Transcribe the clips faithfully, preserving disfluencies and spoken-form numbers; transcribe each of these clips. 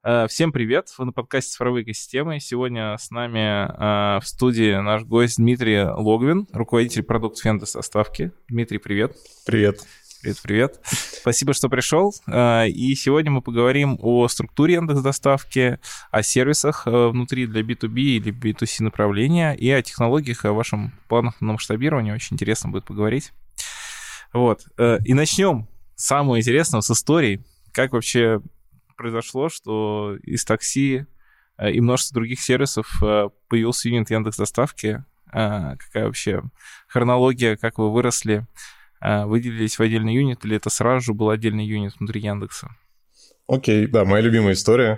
Э, Всем привет! Вы на подкасте «Цифровые экосистемы». Сегодня с нами э, в студии наш гость Дмитрий Логвин, руководитель продуктов Яндекс.Доставки. Дмитрий, привет! Привет! Привет, привет! Спасибо, что пришел. Э, И сегодня мы поговорим о структуре Яндекс.Доставки, о сервисах э, внутри для би ту би или би ту си направления и о технологиях, о вашем планах на масштабирование. Очень интересно будет поговорить. Вот. Э, И начнем с самого интересного, с истории. Как вообще произошло, что из такси и множество других сервисов появился юнит Яндекс.Доставки? Какая вообще хронология, как вы выросли, выделились в отдельный юнит, или это сразу же был отдельный юнит внутри Яндекса? Окей, да, моя любимая история.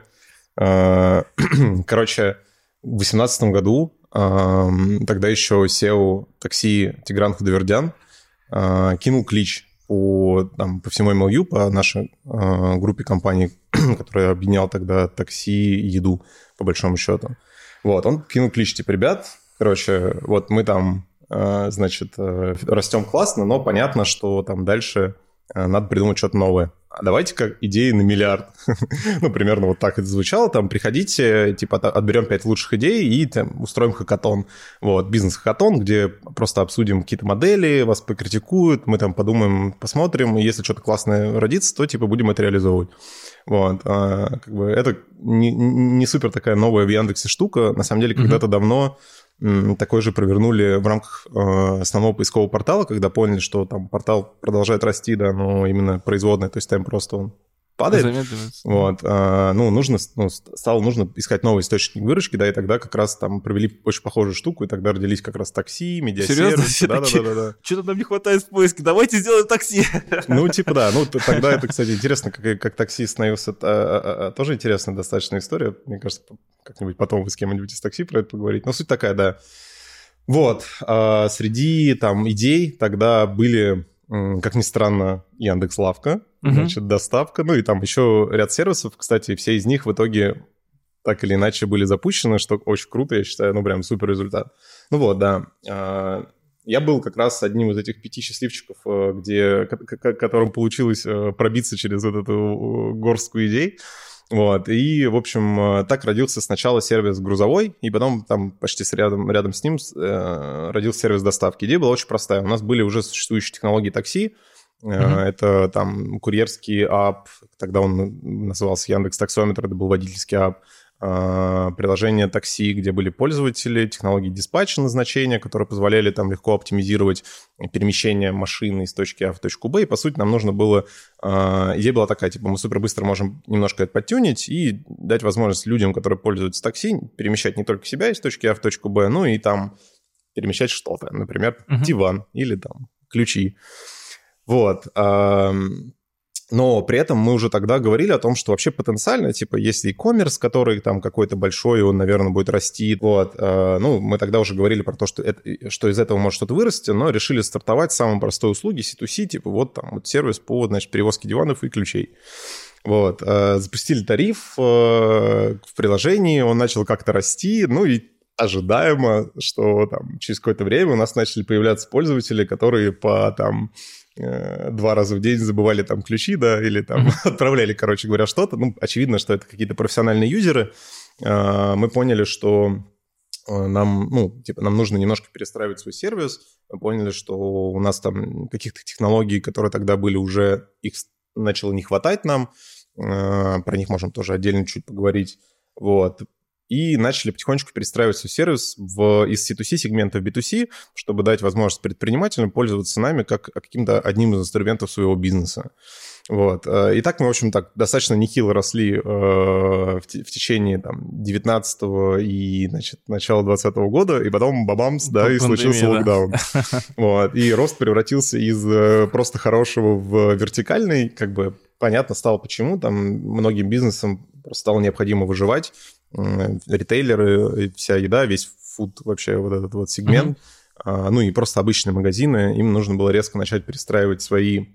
Короче, в две тысячи восемнадцатом году тогда еще сео такси Тигран Худовердян кинул клич по, там, по всему эм эл ю, по нашей э, группе компаний, которая объединяла тогда такси и еду, по большому счету. Вот, он кинул клич, типа, ребят, короче, вот мы там, э, значит, э, растем классно, но понятно, что там дальше э, надо придумать что-то новое. А давайте-ка идеи на миллиард. Ну, примерно вот так это звучало. Там, приходите, типа, отберем пять лучших идей и там устроим хакатон. Вот, бизнес-хакатон, где просто обсудим какие-то модели, вас покритикуют, мы там подумаем, посмотрим, и если что-то классное родится, то, типа, будем это реализовывать. Вот, а, как бы это не, не супер такая новая в Яндексе штука. На самом деле, когда-то mm-hmm. давно такое же провернули в рамках э, основного поискового портала, когда поняли, что там портал продолжает расти, да, но именно производный, то есть там просто он падает. Вот, э, ну, нужно, ну, стало нужно искать новый источник выручки, да, и тогда как раз там провели очень похожую штуку, и тогда родились как раз такси, медиасервисы. Да, да, да, да. Что-то нам не хватает в поиске, давайте сделаем такси. Ну, типа, да, ну, тогда это, кстати, интересно, как, как такси становился, а, а, а, тоже интересная достаточно история, мне кажется, как-нибудь потом вы с кем-нибудь из такси про это поговорить. Но суть такая, да. Вот, а среди там идей тогда были, как ни странно, Яндекс.Лавка, uh-huh. значит, доставка, ну и там еще ряд сервисов. Кстати, все из них в итоге так или иначе были запущены, что очень круто, я считаю, ну прям супер результат. Ну вот, да. Я был как раз одним из этих пяти счастливчиков, где, которым получилось пробиться через вот эту горстку идей. Вот, и, в общем, так родился сначала сервис грузовой, и потом там почти рядом, рядом с ним э, родился сервис доставки. Идея была очень простая. У нас были уже существующие технологии такси. Mm-hmm. Это там курьерский ап, тогда он назывался Яндекс.Таксометр, это был водительский ап. Приложение такси, где были пользователи, технологии диспатча назначения, которые позволяли там легко оптимизировать перемещение машины из точки А в точку Б. И, по сути, нам нужно было... Идея была такая, типа, мы супер быстро можем немножко это подтюнить и дать возможность людям, которые пользуются такси, перемещать не только себя из точки А в точку Б, но и там перемещать что-то. Например, uh-huh. диван или там ключи. Вот. Но при этом мы уже тогда говорили о том, что вообще потенциально, типа, есть e-commerce, который там какой-то большой, он, наверное, будет расти. Вот. Ну, мы тогда уже говорили про то, что, это, что из этого может что-то вырасти, но решили стартовать с самой простой услуги си ту си, типа, вот там вот сервис по, значит, перевозке диванов и ключей. Вот. Запустили тариф в приложении, он начал как-то расти, ну и ожидаемо, что там через какое-то время у нас начали появляться пользователи, которые по там... два раза в день забывали там ключи, да, или там mm-hmm. отправляли, короче говоря, что-то. Ну, очевидно, что это какие-то профессиональные юзеры. Мы поняли, что нам, ну, типа, нам нужно немножко перестраивать свой сервис. Мы поняли, что у нас там каких-то технологий, которые тогда были уже, их начало не хватать нам. Про них можем тоже отдельно чуть поговорить. Вот. И начали потихонечку перестраивать свой сервис в, из си ту си сегмента в би ту си, чтобы дать возможность предпринимателям пользоваться нами как каким-то одним из инструментов своего бизнеса. Вот. И так мы, в общем, так достаточно нехило росли э, в, в течение там, девятнадцатого и, значит, начала двадцатого года, и потом бабамс, да, и случился локдаун. Вот. И рост превратился из э, просто хорошего в вертикальный, как бы понятно стало почему, там многим бизнесам просто стало необходимо выживать, ритейлеры, вся еда, весь фуд вообще, вот этот вот сегмент, mm-hmm. ну и просто обычные магазины, им нужно было резко начать перестраивать свои,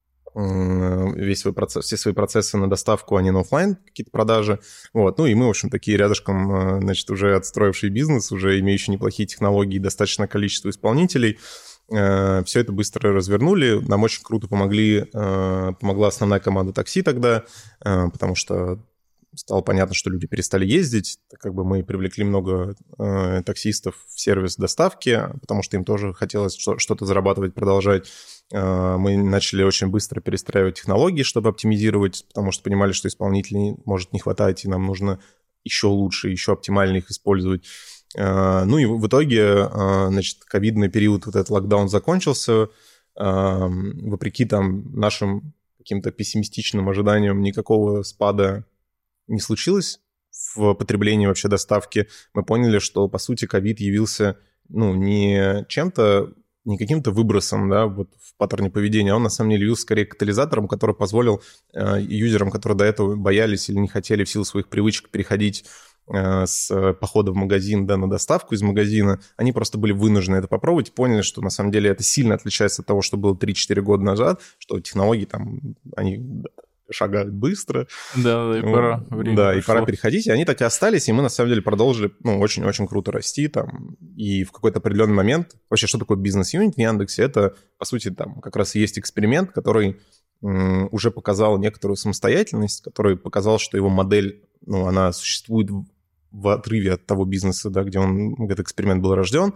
весь свой процесс, все свои процессы на доставку, а не на офлайн какие-то продажи. Вот. Ну и мы, в общем, такие рядышком, значит, уже отстроивший бизнес, уже имеющие неплохие технологии, достаточное количество исполнителей, все это быстро развернули. Нам очень круто помогли, помогла основная команда такси тогда, потому что стало понятно, что люди перестали ездить, так как бы мы привлекли много э, таксистов в сервис доставки, потому что им тоже хотелось что-то зарабатывать, продолжать. Э, мы начали очень быстро перестраивать технологии, чтобы оптимизировать, потому что понимали, что исполнителей может не хватать, и нам нужно еще лучше, еще оптимально их использовать. Э, ну и в итоге, э, значит, ковидный период, вот этот локдаун закончился. Э, вопреки там нашим каким-то пессимистичным ожиданиям никакого спада не случилось в потреблении вообще доставки. Мы поняли, что, по сути, ковид явился, ну, не чем-то, не каким-то выбросом, да, вот в паттерне поведения, а он, на самом деле, явился скорее катализатором, который позволил э, юзерам, которые до этого боялись или не хотели в силу своих привычек переходить с похода в магазин, да, на доставку из магазина, они просто были вынуждены это попробовать и поняли, что на самом деле это сильно отличается от того, что было три-четыре года назад, что технологии там, они шагают быстро. Да, да, и пора. Время да, пришло. И пора переходить. И они так и остались, и мы на самом деле продолжили, ну, очень-очень круто расти там. И в какой-то определенный момент, вообще, что такое бизнес-юнит в Яндексе? Это, по сути, там как раз и есть эксперимент, который м, уже показал некоторую самостоятельность, который показал, что его модель, ну, она существует в отрыве от того бизнеса, да, где он, этот эксперимент был рожден,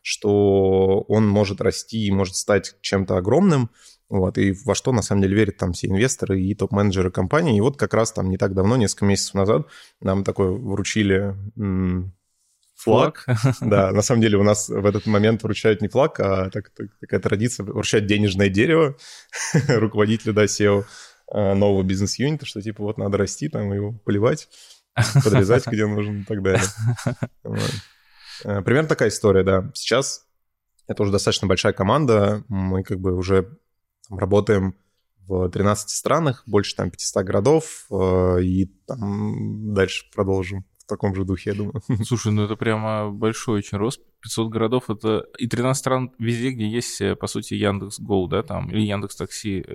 что он может расти и может стать чем-то огромным, вот, и во что, на самом деле, верят там все инвесторы и топ-менеджеры компании. И вот как раз там не так давно, несколько месяцев назад, нам такое вручили м- флаг. флаг. Да, на самом деле у нас в этот момент вручают не флаг, а так, так, такая традиция вручать денежное дерево руководителю, да, сео нового бизнес-юнита, что типа вот надо расти, там его поливать, подрезать, где нужно и так далее. Вот. Примерно такая история, да. Сейчас это уже достаточно большая команда, мы как бы уже там работаем в тринадцати странах, больше там пятисот городов, и там дальше продолжим в таком же духе, я думаю. Слушай, ну это прямо большой очень рост. пятьсот городов, это и тринадцать стран везде, где есть, по сути, Яндекс.Гоу, да, там, или Яндекс.Такси.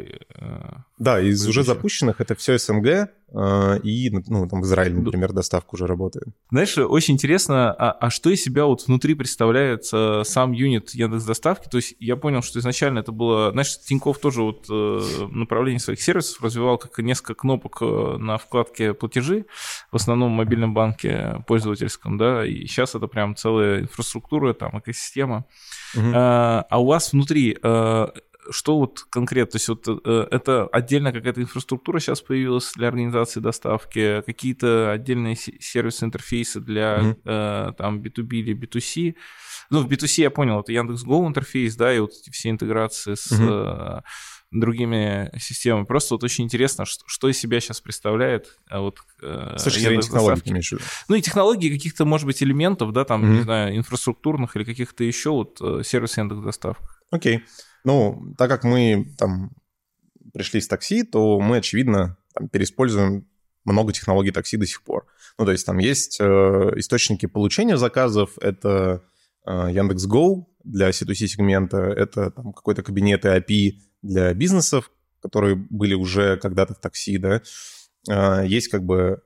Да, из уже запущенных это все СНГ, и, ну, там в Израиле, например, доставка уже работает. Знаешь, очень интересно, а, а что из себя вот внутри представляет а, сам юнит Яндекс.Доставки? То есть я понял, что изначально это было... Знаешь, Тинькофф тоже вот а, направление своих сервисов развивал как несколько кнопок на вкладке платежи, в основном в мобильном банке пользовательском, да, и сейчас это прям целая инфраструктура, там, экосистема. Uh-huh. А, а у вас внутри... А, что вот конкретно? То есть вот э, это отдельно какая-то инфраструктура сейчас появилась для организации доставки, какие-то отдельные сервисы, интерфейсы для mm-hmm. э, там би ту би или би ту си. Ну, в би ту си я понял, это Яндекс.Гоу интерфейс, да, и вот эти все интеграции с mm-hmm. э, другими системами. Просто вот очень интересно, что, что из себя сейчас представляет вот, э, с точки зрения технологий, ты имеешь в виду? Ну и технологии каких-то, может быть, элементов, да, там, mm-hmm. не знаю, инфраструктурных или каких-то еще вот сервис Яндекс.Доставка. Окей. Okay. Ну, так как мы там пришли с такси, то мы, очевидно, там, переиспользуем много технологий такси до сих пор. Ну, то есть там есть э, источники получения заказов, это э, Яндекс.Гоу для си ту си сегмента, это там какой-то кабинет и эй пи ай для бизнесов, которые были уже когда-то в такси, да. Э, есть как бы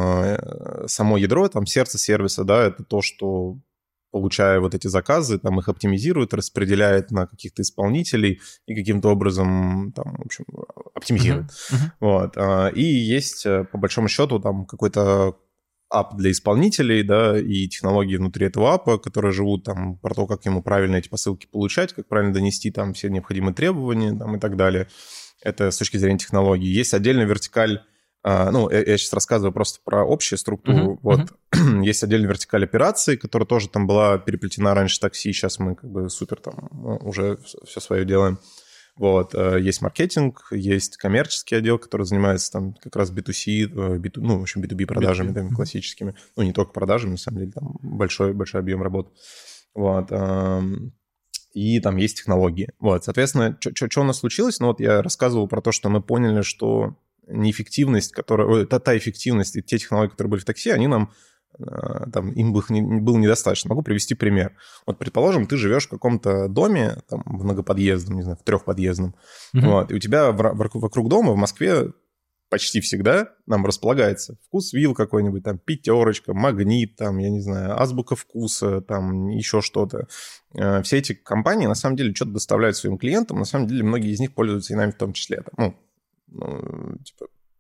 э, само ядро, там сердце сервиса, да, это то, что... получая вот эти заказы, там их оптимизирует, распределяет на каких-то исполнителей и каким-то образом, там, в общем, оптимизирует. Uh-huh. Uh-huh. Вот. И есть, по большому счету, там какой-то ап для исполнителей, да, и технологии внутри этого апа, которые живут там про то, как ему правильно эти посылки получать, как правильно донести там все необходимые требования там, и так далее. Это с точки зрения технологий. Есть отдельная вертикаль. Uh, ну, я, я сейчас рассказываю просто про общую структуру. Uh-huh, вот. Uh-huh. Есть отдельная вертикаль операций, которая тоже там была переплетена раньше с такси. Сейчас мы как бы супер там уже все свое делаем. Вот. Uh, есть маркетинг, есть коммерческий отдел, который занимается там как раз би ту си, би ту, ну, в общем, би ту би продажами там, классическими. Ну, не только продажами, на самом деле, там большой, большой объем работы. Вот. Uh, и там есть технологии. Вот. Соответственно, что у нас случилось? Ну, вот я рассказывал про то, что мы поняли, что неэффективность, которая, та, та эффективность и те технологии, которые были в такси, они нам, там, им бы не, было недостаточно. Могу привести пример. Вот, предположим, ты живешь в каком-то доме, там, в многоподъездном, не знаю, в трехподъездном, mm-hmm. вот, и у тебя в, вокруг дома в Москве почти всегда нам располагается Вкусвилл какой-нибудь, там, Пятерочка, Магнит, там, я не знаю, Азбука Вкуса, там, еще что-то. Все эти компании, на самом деле, что-то доставляют своим клиентам, на самом деле, многие из них пользуются и нами в том числе. Там, ну, Ну, типа, сейчас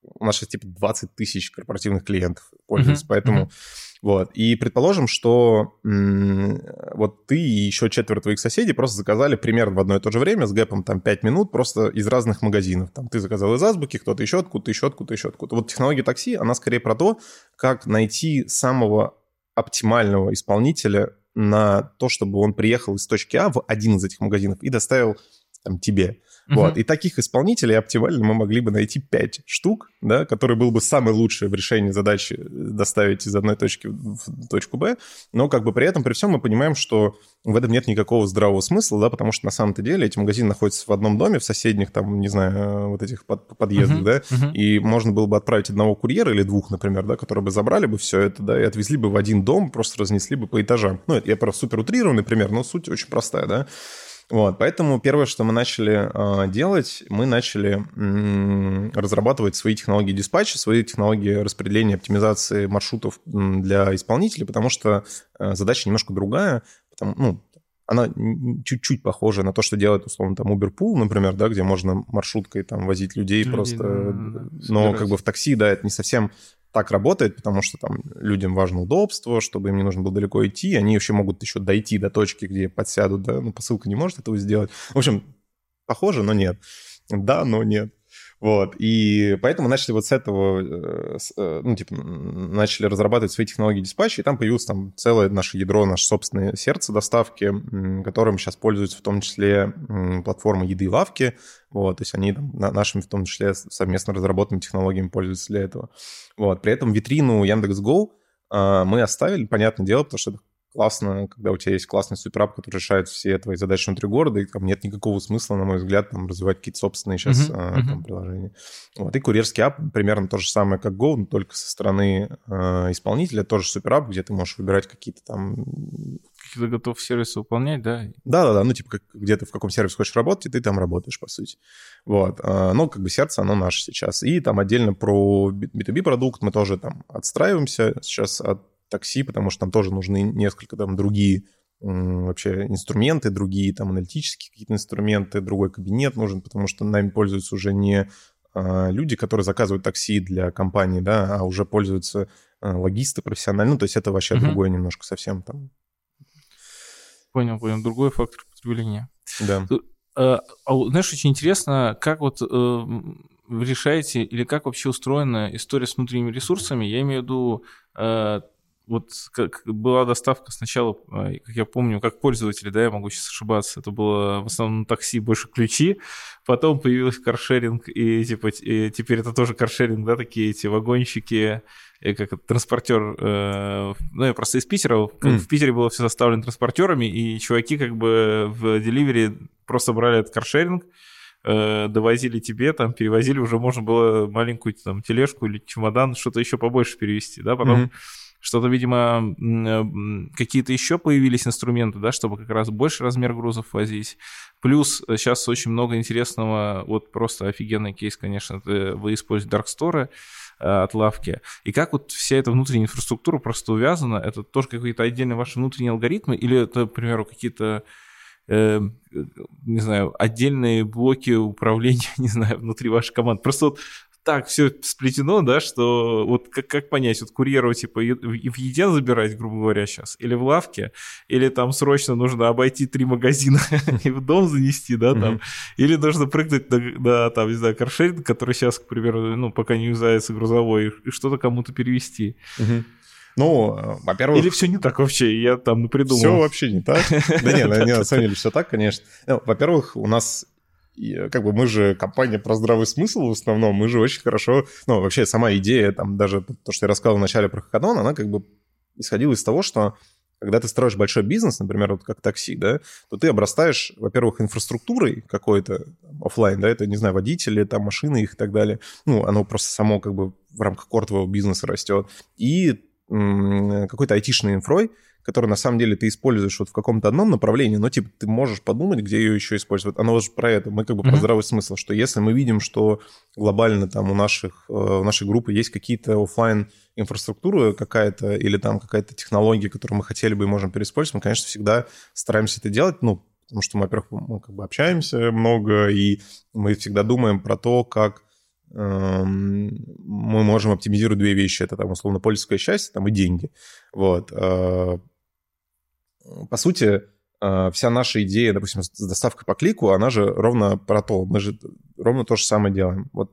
у нас сейчас типа двадцать тысяч корпоративных клиентов пользуются, uh-huh. поэтому... Uh-huh. Вот. И предположим, что м- вот ты и еще четверо твоих соседей просто заказали примерно в одно и то же время с гэпом там пять минут просто из разных магазинов. Там ты заказал из Азбуки, кто-то еще откуда-то, еще откуда-то, еще откуда-то. Вот технология такси, она скорее про то, как найти самого оптимального исполнителя на то, чтобы он приехал из точки А в один из этих магазинов и доставил там, тебе. Uh-huh. Вот. И таких исполнителей оптимально мы могли бы найти пять штук, да, которые был бы самый лучший в решении задачи доставить из одной точки в точку Б, но как бы при этом, при всем мы понимаем, что в этом нет никакого здравого смысла, да, потому что на самом-то деле эти магазины находятся в одном доме, в соседних, там, не знаю, вот этих под, подъездах, uh-huh. да, uh-huh. и можно было бы отправить одного курьера или двух, например, да, которые бы забрали бы все это, да, и отвезли бы в один дом, просто разнесли бы по этажам. Ну, это я просто супер утрированный пример, но суть очень простая, да. Вот, поэтому первое, что мы начали э, делать, мы начали м- разрабатывать свои технологии диспатча, свои технологии распределения, оптимизации маршрутов м- для исполнителей, потому что э, задача немножко другая, потому, ну, она чуть-чуть похожа на то, что делает, условно, там Uberpool, например, да, где можно маршруткой там возить людей, людей просто, да, да, да. но как бы в такси, да, это не совсем так работает, потому что там людям важно удобство, чтобы им не нужно было далеко идти, они вообще могут еще дойти до точки, где подсядут, да, ну, посылка не может этого сделать. В общем, похоже, но нет. Да, но нет. Вот, и поэтому начали вот с этого, ну, типа, начали разрабатывать свои технологии диспатча, и там появилось там целое наше ядро, наше собственное сердце доставки, которым сейчас пользуются в том числе платформы еды и лавки, вот, то есть они там, нашими в том числе совместно разработанными технологиями пользуются для этого. Вот, при этом витрину Яндекс.Го мы оставили, понятное дело, потому что это классно, когда у тебя есть классный суперап, который решает все твои задачи внутри города, и там нет никакого смысла, на мой взгляд, там развивать какие-то собственные сейчас uh-huh, uh-huh. там, приложения. Вот. И курьерский ап примерно то же самое, как Go, но только со стороны э, исполнителя, тоже суперап, где ты можешь выбирать какие-то там... Какие-то готов сервисы выполнять, да? Да-да-да, ну типа как, где ты в каком сервисе хочешь работать, и ты там работаешь, по сути. Вот. Но как бы сердце, оно наше сейчас. И там отдельно про би ту би продукт мы тоже там отстраиваемся сейчас от такси, потому что там тоже нужны несколько там другие м, вообще инструменты, другие там аналитические какие-то инструменты, другой кабинет нужен, потому что нами пользуются уже не а, люди, которые заказывают такси для компании, да, а уже пользуются а, логисты профессионально, ну, то есть это вообще uh-huh. другое немножко совсем там. Понял, понял. Другой фактор потребления. Да. А, знаешь, очень интересно, как вот э, вы решаете или как вообще устроена история с внутренними ресурсами? Я имею в виду... Э, Вот как была доставка сначала, как я помню, как пользователи, да, я могу сейчас ошибаться, это было в основном на такси больше ключи, потом появился каршеринг, и, типа, и теперь это тоже каршеринг, да, такие эти вагончики, как это, транспортер, э, ну, я просто из Питера, mm. в Питере было все заставлено транспортерами, и чуваки как бы в деливере просто брали этот каршеринг, э, довозили тебе, там, перевозили, уже можно было маленькую там тележку или чемодан, что-то еще побольше перевезти, да, потом... Mm-hmm. Что-то, видимо, какие-то еще появились инструменты, да, чтобы как раз больше размер грузов возить. Плюс сейчас очень много интересного, вот просто офигенный кейс, конечно, вы используете дарксторы от лавки. И как вот вся эта внутренняя инфраструктура просто увязана? Это тоже какие-то отдельные ваши внутренние алгоритмы? Или это, к примеру, какие-то, э, не знаю, отдельные блоки управления, не знаю, внутри вашей команды? Просто вот так все сплетено, да, что вот как, как понять, вот курьеру типа и в еде забирать, грубо говоря, сейчас, или в лавке, или там срочно нужно обойти три магазина и в дом занести, да, там, или нужно прыгнуть на, на там, не знаю, каршеринг, который сейчас, к примеру, ну, пока не юзается грузовой, и что-то кому-то перевести. Ну, во-первых... Или все не так вообще, я там напридумал. Все вообще не так. Да нет, на самом деле все так, конечно. Во-первых, у нас... И, как бы мы же компания про здравый смысл в основном, мы же очень хорошо... Ну, вообще сама идея, там даже то, что я рассказывал вначале про хакатон, она как бы исходила из того, что когда ты строишь большой бизнес, например, вот как такси, да, то ты обрастаешь, во-первых, инфраструктурой какой-то офлайн, да, это, не знаю, водители, там, машины их и так далее. Ну, оно просто само как бы в рамках кортового бизнеса растет. И м- какой-то айтишной инфрой, который на самом деле ты используешь вот в каком-то одном направлении, но типа ты можешь подумать, где ее еще использовать. Оно же про это. Мы как бы mm-hmm. про здравый смысл, что если мы видим, что глобально там у наших, у нашей группы есть какие-то офлайн инфраструктуры какая-то или там какая-то технология, которую мы хотели бы и можем переиспользовать, мы, конечно, всегда стараемся это делать, ну, потому что мы, во-первых, мы как бы общаемся много, и мы всегда думаем про то, как мы можем оптимизировать две вещи. Это, там, условно, пользовательское счастье там, и деньги. Вот. По сути, вся наша идея, допустим, с доставкой по клику, она же ровно про то. Мы же ровно то же самое делаем. Вот.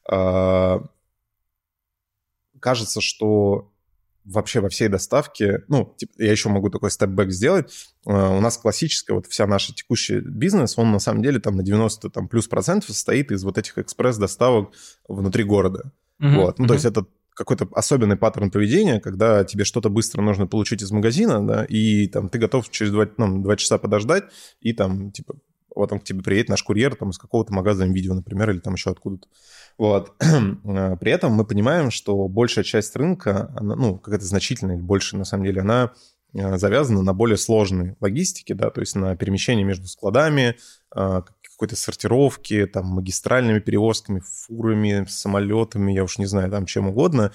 Кажется, что вообще во всей доставке, ну, типа, я еще могу такой степ-бэк сделать, у нас классическая, вот вся наша текущий бизнес, он на самом деле там на девяносто там, плюс процентов состоит из вот этих экспресс-доставок внутри города. Mm-hmm. Вот. Ну, mm-hmm. то есть это какой-то особенный паттерн поведения, когда тебе что-то быстро нужно получить из магазина, да, и там ты готов через два, ну, два часа подождать, и там, типа, вот он к тебе приедет наш курьер там из какого-то магазина видео, например, или там еще откуда-то. Вот. При этом мы понимаем, что большая часть рынка, она, ну, какая-то значительная, больше, на самом деле, она завязана на более сложной логистике, да, то есть на перемещение между складами, какой-то сортировки, там, магистральными перевозками, фурами, самолетами, я уж не знаю, там, чем угодно.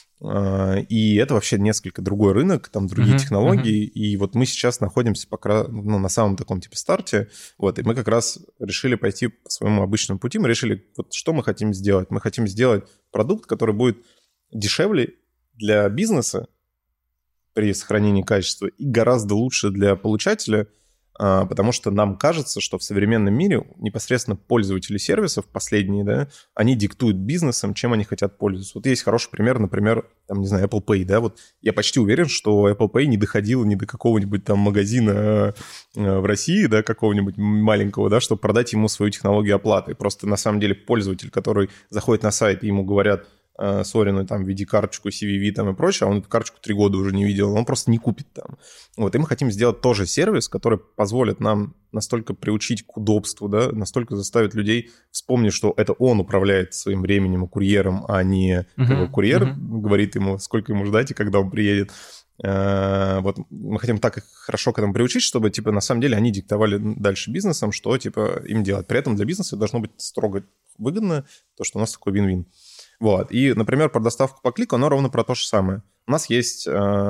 И это вообще несколько другой рынок, там другие uh-huh, технологии, uh-huh. и вот мы сейчас находимся пока, ну, на самом таком типа старте, вот, и мы как раз решили пойти по своему обычному пути, мы решили, вот что мы хотим сделать, мы хотим сделать продукт, который будет дешевле для бизнеса при сохранении качества и гораздо лучше для получателя, потому что нам кажется, что в современном мире непосредственно пользователи сервисов последние, да, они диктуют бизнесом, чем они хотят пользоваться. Вот есть хороший пример, например, там, не знаю, Apple Pay, да, вот я почти уверен, что Apple Pay не доходил ни до какого-нибудь там магазина в России, да, какого-нибудь маленького, да, чтобы продать ему свою технологию оплаты. Просто на самом деле пользователь, который заходит на сайт и ему говорят: сори, ну там введи карточку си ви ви там и прочее, а он эту карточку три года уже не видел, он просто не купит там. Вот, и мы хотим сделать тоже сервис, который позволит нам настолько приучить к удобству, да, настолько заставить людей вспомнить, что это он управляет своим временем и курьером, а не uh-huh, курьер uh-huh. говорит ему, сколько ему ждать и когда он приедет. Вот мы хотим так их хорошо к этому приучить, чтобы, типа, на самом деле они диктовали дальше бизнесом, что, типа, им делать. При этом для бизнеса должно быть строго выгодно то, что у нас такой вин-вин. Вот. И, например, про доставку по клику, оно ровно про то же самое. У нас есть э,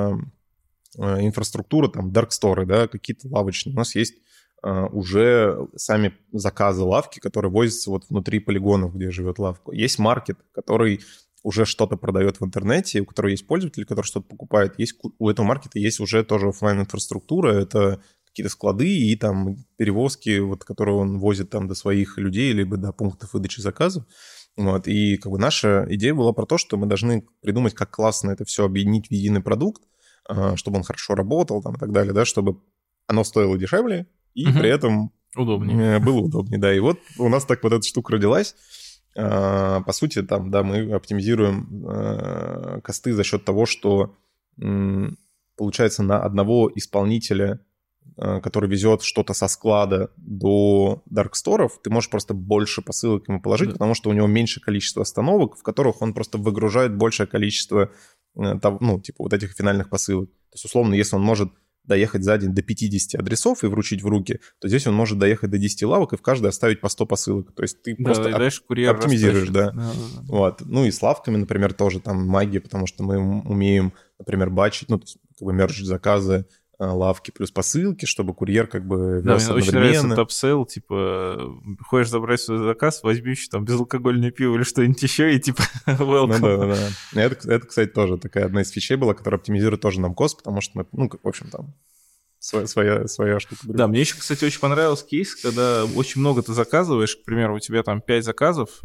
э, инфраструктура, там, дарксторы, да, какие-то лавочные. У нас есть э, уже сами заказы лавки, которые возятся вот внутри полигонов, где живет лавка. Есть маркет, который уже что-то продает в интернете, у которого есть пользователь, который что-то покупает. Есть, у этого маркета есть уже тоже офлайн-инфраструктура, это какие-то склады и там перевозки, вот, которые он возит там до своих людей, либо до пунктов выдачи заказов. Вот, и как бы наша идея была про то, что мы должны придумать, как классно это все объединить в единый продукт, чтобы он хорошо работал там, и так далее, да, чтобы оно стоило дешевле и угу. при этом удобнее. было удобнее. Да, и вот у нас так вот эта штука родилась. По сути, там, да, мы оптимизируем косты за счет того, что получается на одного исполнителя, который везет что-то со склада до дарксторов, ты можешь просто больше посылок ему положить, да. потому что у него меньше количество остановок, в которых он просто выгружает большее количество, ну, типа вот этих финальных посылок. То есть, условно, если он может доехать за день до пятидесяти адресов и вручить в руки, то здесь он может доехать до десяти лавок и в каждой оставить по сто посылок. То есть ты да, просто оп- оптимизируешь, да. Да, да, да. Вот. Ну и с лавками, например, тоже там магия, потому что мы умеем, например, бачить, ну, то есть как бы мерджить заказы, лавки плюс посылки, чтобы курьер как бы вез да, мне очень нравится топ-сейл, типа, хочешь забрать свой заказ, возьми еще там безалкогольное пиво или что-нибудь еще, и типа, welcome. Ну да, да, да. Это, это, кстати, тоже такая одна из фичей была, которая оптимизирует тоже нам кост, потому что мы, ну, в общем, там, своя, своя, своя штука. Да, мне еще, кстати, очень понравился кейс, когда очень много ты заказываешь, к примеру, у тебя там пять заказов,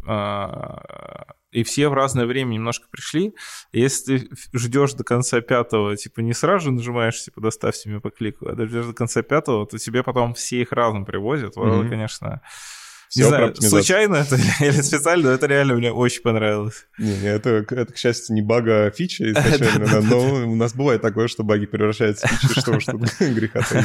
и все в разное время немножко пришли. И если ты ждешь до конца пятого, типа не сразу же нажимаешь, типа доставьте мне по клику, а ты ждешь до конца пятого, то тебе потом все их разом привозят. Вот, mm-hmm. конечно... Не знаю, случайно это или специально, но это реально мне очень понравилось. Не, не, это, это, к счастью, не баг, а фича изначально, да, но у нас бывает такое, что баги превращаются в фичи, что уж тут греха таить.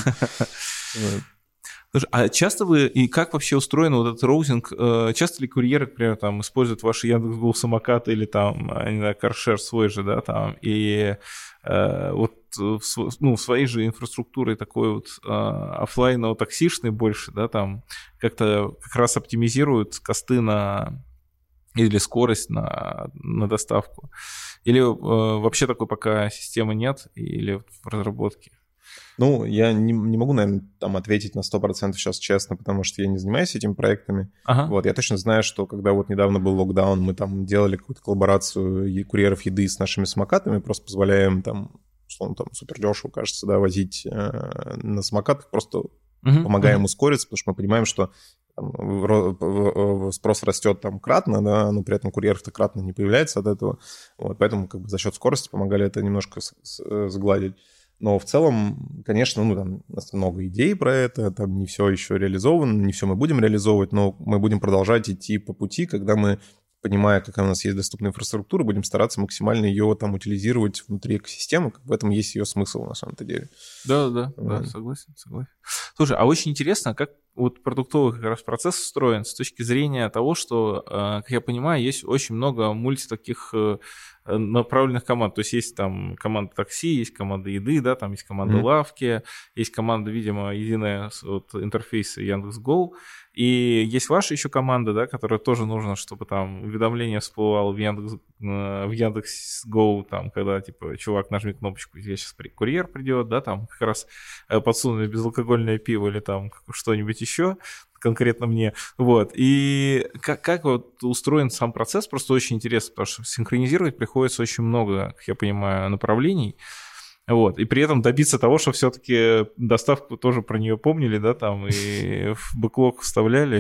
Слушай, а часто вы, и как вообще устроен вот этот роутинг, часто ли курьеры, например, там, используют ваши Яндекс.Го самокаты или там, не знаю, каршер свой же, да, там, и э, вот в, ну, в своей же инфраструктуре такой вот э, оффлайново-таксишный больше, да, там, как-то как раз оптимизируют косты на или скорость на, на доставку? Или э, вообще такой пока системы нет, или в разработке? Ну, я не, не могу, наверное, там ответить на сто процентов сейчас честно, потому что я не занимаюсь этими проектами. Ага. Вот, я точно знаю, что когда вот недавно был локдаун, мы там делали какую-то коллаборацию курьеров еды с нашими самокатами, просто позволяем там, условно, там супер дешево, кажется, да, возить э, на самокатах, просто uh-huh, помогаем uh-huh. ускориться, потому что мы понимаем, что там, спрос растет там кратно, да, но при этом курьеров-то кратно не появляется от этого. Вот, поэтому как бы за счет скорости помогали это немножко сгладить. Но в целом, конечно, ну, там у нас много идей про это, там не все еще реализовано, не все мы будем реализовывать, но мы будем продолжать идти по пути, когда мы, понимая, какая у нас есть доступная инфраструктура, будем стараться максимально ее там утилизировать внутри экосистемы, в этом есть ее смысл на самом-то деле. Да, да, да, согласен, согласен. Слушай, а очень интересно, как вот продуктовый как раз процесс устроен с точки зрения того, что, как я понимаю, есть очень много мульти таких направленных команд. То есть есть там команда такси, есть команда еды, да, там есть команда mm-hmm. лавки, есть команда, видимо, единая вот, интерфейс Яндекс.Го. И есть ваша еще команда, да, которая тоже нужно, чтобы там уведомление всплывало в Яндекс, в Яндекс.Го, там, когда, типа, чувак, нажми кнопочку, здесь сейчас курьер придет, да, там как раз подсунули безалкогольное пиво или там что-нибудь еще, конкретно мне, вот, и как, как вот устроен сам процесс, просто очень интересно, потому что синхронизировать приходится очень много, как я понимаю, направлений, вот, и при этом добиться того, что все-таки доставку тоже про нее помнили, да, там, и в бэклог вставляли.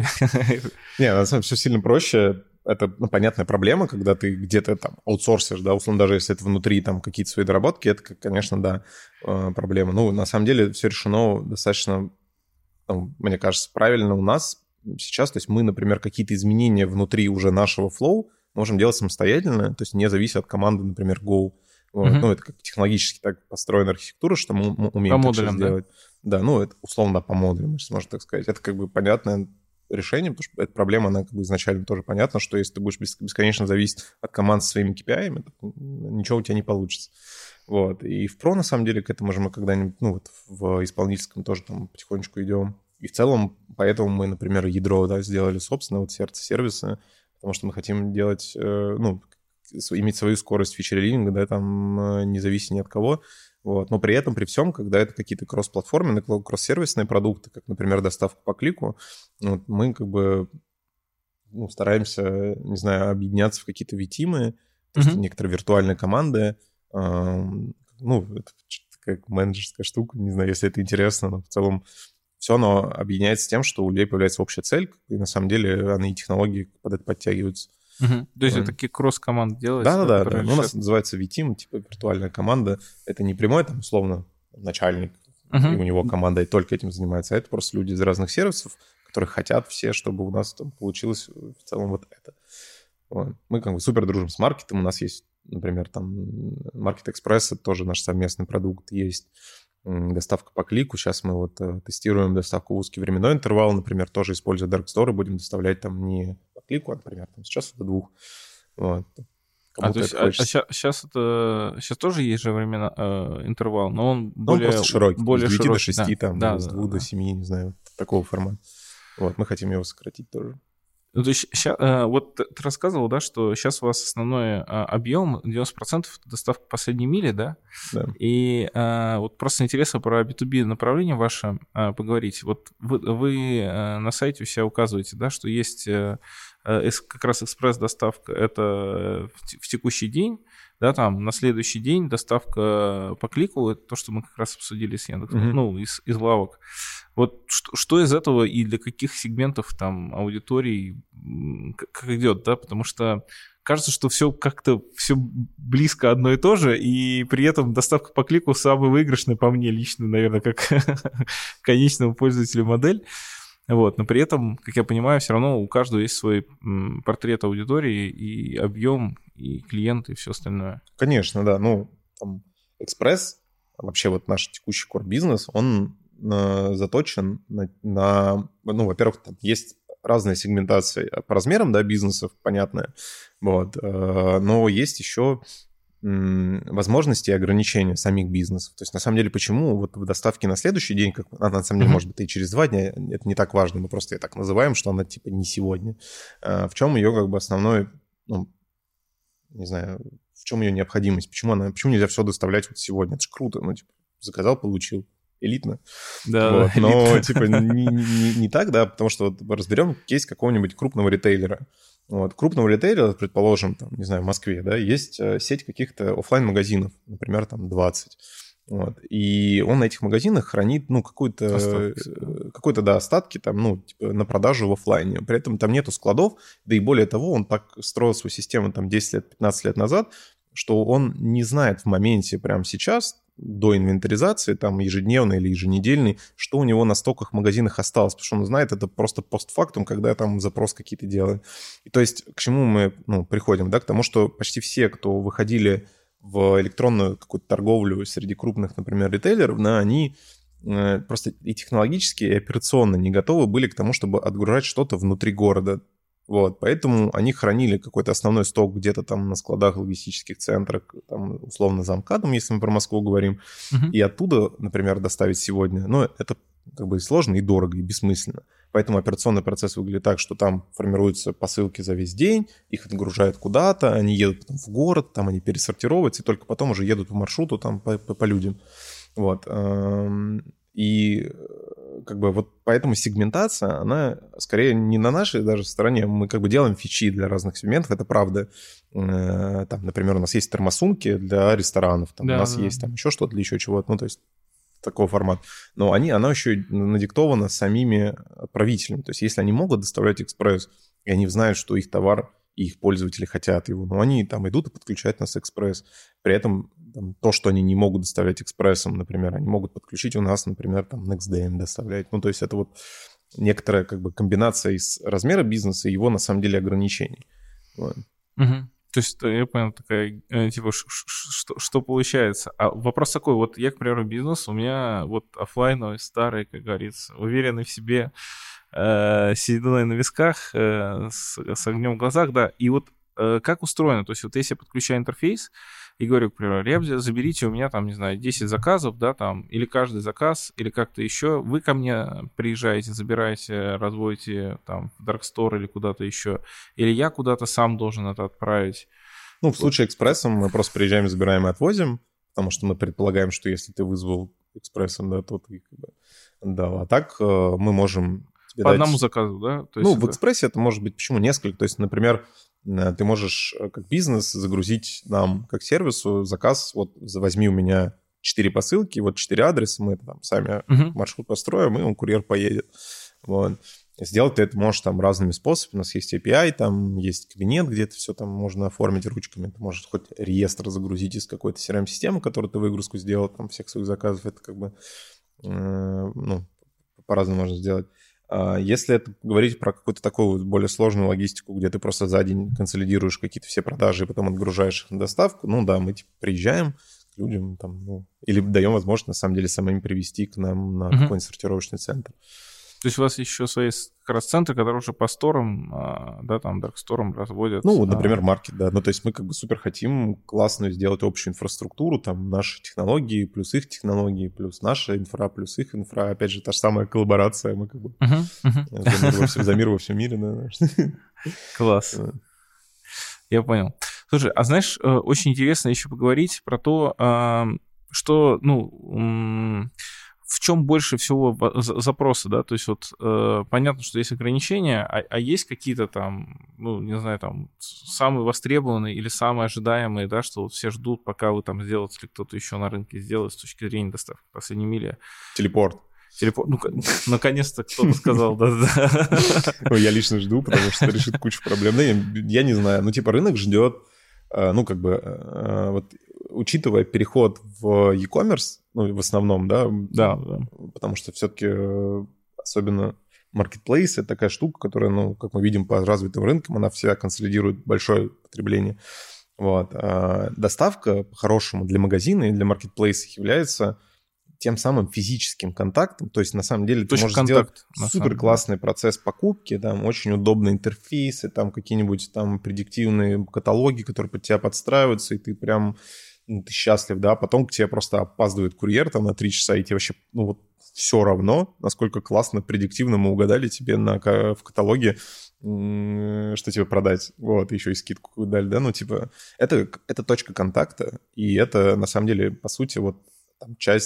Не, на самом деле все сильно проще. Это, ну, понятная проблема, когда ты где-то там аутсорсишь, да, условно, даже если это внутри там какие-то свои доработки, это, конечно, да, проблема. Ну, на самом деле все решено достаточно, ну, мне кажется, правильно у нас сейчас. То есть мы, например, какие-то изменения внутри уже нашего флоу можем делать самостоятельно, то есть не зависит от команды, например, Go. Вот. Uh-huh. Ну, это как технологически так построена архитектура, что мы, мы умеем по так модулям, сделать. Да? Да, ну, это условно по модулям, если можно так сказать. Это как бы понятное решение, потому что эта проблема, она как бы изначально тоже понятна, что если ты будешь бесконечно зависеть от команд со своими кей пи ай, ничего у тебя не получится. Вот. И в Pro, на самом деле, к этому же мы когда-нибудь, ну, вот в исполнительском тоже там потихонечку идем. И в целом, поэтому мы, например, ядро, да, сделали собственно, вот сердце сервиса, потому что мы хотим делать, ну, иметь свою скорость фичер-релинга, да, там, не зависит ни от кого, вот, но при этом, при всем, когда это какие-то кросс-платформенные, кросс-сервисные продукты, как, например, доставка по клику, вот, мы как бы, ну, стараемся, не знаю, объединяться в какие-то ви-тимы, то есть mm-hmm. некоторые виртуальные команды, э, ну, это как менеджерская штука, не знаю, если это интересно, но в целом все оно объединяется тем, что у людей появляется общая цель, и на самом деле они и технологии под это подтягиваются. Угу. То есть mm. такие кросс-команды делаются? Да-да-да. Да, да. Ну, у нас называется ви-тим, типа виртуальная команда. Это не прямой, там, условно, начальник, uh-huh. и у него команда и только этим занимается, а это просто люди из разных сервисов, которые хотят все, чтобы у нас там получилось в целом вот это. Вот. Мы как бы супер дружим с маркетом. У нас есть, например, там Market Express, это тоже наш совместный продукт, есть доставка по клику. Сейчас мы вот э, тестируем доставку в узкий временной интервал, например, тоже используя Dark Store, будем доставлять там не по клику, а, например, там, сейчас до двух. Вот. А, то есть, а, а сейчас это сейчас тоже есть же временно э, интервал, но он но более он просто широкий, более с девяти широкий, до шести, да. там, да, с да, двух да, до да. семи, не знаю, такого формата. Вот, мы хотим его сократить тоже. Ну, то есть, ща, э, вот ты рассказывал, да, что сейчас у вас основной э, объем девяносто процентов доставка последней мили, да? Да. И э, вот просто интересно про би ту би направление ваше э, поговорить. Вот вы, вы э, на сайте у себя указываете, да, что есть э, э, как раз экспресс-доставка, это в, в текущий день, да, там на следующий день доставка по клику, это то, что мы как раз обсудили с Яндексом, mm-hmm. ну, из, из лавок. Вот что, что из этого и для каких сегментов там аудиторий как идет, да, потому что кажется, что все как-то все близко одно и то же, и при этом доставка по клику самый выигрышный по мне лично, наверное, как конечному пользователю модель. Вот, но при этом, как я понимаю, все равно у каждого есть свой портрет аудитории и объем, и клиенты, и все остальное. Конечно, да. Ну, там, Экспресс, вообще вот наш текущий core-бизнес, он э, заточен на, на... Ну, во-первых, там есть разная сегментация по размерам, да, бизнесов, понятная. Вот. Э, но есть еще возможности и ограничения самих бизнесов. То есть, на самом деле, почему вот в доставке на следующий день, как она, на самом деле, mm-hmm. может быть, и через два дня, это не так важно, мы просто ее так называем, что она, типа, не сегодня. В чем ее, как бы, основной, ну, не знаю, в чем ее необходимость, почему она, почему нельзя все доставлять вот сегодня? Это же круто, ну, типа, заказал, получил. элитно. Да, вот. да, Но, элитно. типа, не, не, не так, да, потому что вот разберем кейс какого-нибудь крупного ритейлера. Вот. Крупного ритейлера, предположим, там, не знаю, в Москве, да, есть сеть каких-то офлайн-магазинов, например, там двадцать. Вот. И он на этих магазинах хранит, ну, какую-то, остатки. какой-то, да, остатки там, ну, типа, на продажу в офлайне. При этом там нету складов, да и более того, он так строил свою систему там десять лет, пятнадцать лет назад, что он не знает в моменте прямо сейчас, до инвентаризации, там, ежедневной или еженедельной, что у него на стоках в магазинах осталось, потому что он знает это просто постфактум, когда там запрос какие-то делает. И то есть к чему мы, ну, приходим, да, к тому, что почти все, кто выходили в электронную какую-то торговлю среди крупных, например, ритейлеров, да, они э, просто и технологически, и операционно не готовы были к тому, чтобы отгружать что-то внутри города. Вот, поэтому они хранили какой-то основной сток где-то там на складах, логистических центрах, там, условно, за МКАДом, если мы про Москву говорим, uh-huh. и оттуда, например, доставить сегодня, но это как бы и сложно, и дорого, и бессмысленно. Поэтому операционный процесс выглядит так, что там формируются посылки за весь день, их отгружают куда-то, они едут потом в город, там они пересортировываются, и только потом уже едут по маршруту, там, по, по, по людям. Вот. И как бы вот поэтому сегментация, она скорее не на нашей даже стороне. Мы как бы делаем фичи для разных сегментов, это правда. Там, например, у нас есть термосумки для ресторанов, там, да, у нас да. есть там еще что-то для еще чего-то, ну, то есть такой формат. Но они, она еще надиктована самими отправителями. То есть если они могут доставлять экспресс, и они знают, что их товар и их пользователи хотят его, но они там идут и подключают нас экспресс. При этом там, то, что они не могут доставлять экспрессом, например, они могут подключить у нас, например, там NextDay доставлять. Ну, то есть это вот некоторая как бы комбинация из размера бизнеса и его, на самом деле, ограничений. Вот. Угу. То есть, я понял, такая, типа, что, что получается? А вопрос такой, вот я, к примеру, бизнес, у меня вот офлайновый, старый, как говорится, уверенный в себе, э, сединой на висках, э, с, с огнем в глазах, да, и вот э, как устроено? То есть вот если я подключаю интерфейс и говорю, к примеру, Ребзя, заберите у меня там, не знаю, десять заказов, да, там, или каждый заказ, или как-то еще, вы ко мне приезжаете, забираете, разводите там в Darkstore или куда-то еще, или я куда-то сам должен это отправить? Ну, в случае экспрессом мы просто приезжаем, забираем и отвозим, потому что мы предполагаем, что если ты вызвал экспрессом, да, то ты как бы... Да, а так мы можем... По дать... одному заказу, да? То есть ну, это... в экспрессе это может быть, почему несколько? То есть, например, ты можешь как бизнес загрузить нам, как сервису, заказ, вот возьми у меня четыре посылки, вот четыре адреса, мы там сами uh-huh. маршрут построим, и он, курьер поедет. Вот. Сделать ты это можешь там разными способами. У нас есть эй пи ай, там есть кабинет, где это все там можно оформить ручками. Ты можешь хоть реестр загрузить из какой-то си ар эм-системы, которую ты выгрузку сделал, там всех своих заказов. Это как бы, э, ну, по-разному можно сделать. Если это говорить про какую-то такую более сложную логистику, где ты просто за день консолидируешь какие-то все продажи и потом отгружаешь их на доставку, ну да, мы типа приезжаем к людям там, ну, или даем возможность на самом деле самим привезти к нам на uh-huh. какой-нибудь сортировочный центр. То есть у вас еще свои как раз центры, которые уже по сторам, да, там, дарксторам разводят. Ну, например, маркет, да. Ну, то есть мы как бы супер хотим классную сделать общую инфраструктуру, там, наши технологии, плюс их технологии, плюс наша инфра, плюс их инфра. Опять же, та же самая коллаборация, мы как бы uh-huh, uh-huh. За, мир во всем, за мир во всем мире, да. Класс. Я понял. Слушай, а знаешь, очень интересно еще поговорить про то, что, ну... в чем больше всего запроса, да, то есть вот э, понятно, что есть ограничения, а, а есть какие-то там, ну, не знаю, там, самые востребованные или самые ожидаемые, да, что вот все ждут, пока вы там сделаете, или кто-то еще на рынке сделает с точки зрения доставки по последней миле. Телепорт. Телепорт, ну, наконец-то кто-то сказал, да-да. Ну, я лично жду, потому что это решит кучу проблем. Я не знаю, ну, типа, рынок ждет, ну, как бы, вот, учитывая переход в e-commerce, ну, в основном, да, да, да. потому что все-таки особенно marketplace — это такая штука, которая, ну, как мы видим по развитым рынкам, она вся консолидирует большое потребление. Вот. А доставка, по-хорошему, для магазина и для marketplace является тем самым физическим контактом, то есть на самом деле ты можешь контакт, сделать супер классный процесс покупки, там очень удобные интерфейсы, там какие-нибудь там предиктивные каталоги, которые под тебя подстраиваются, и ты прям, ну, ты счастлив, да, потом к тебе просто опаздывает курьер там на три часа, и тебе вообще, ну, вот все равно, насколько классно, предиктивно мы угадали тебе на, в каталоге, что тебе продать, вот, еще и скидку дали, да, ну, типа, это, это точка контакта, и это, на самом деле, по сути, вот там часть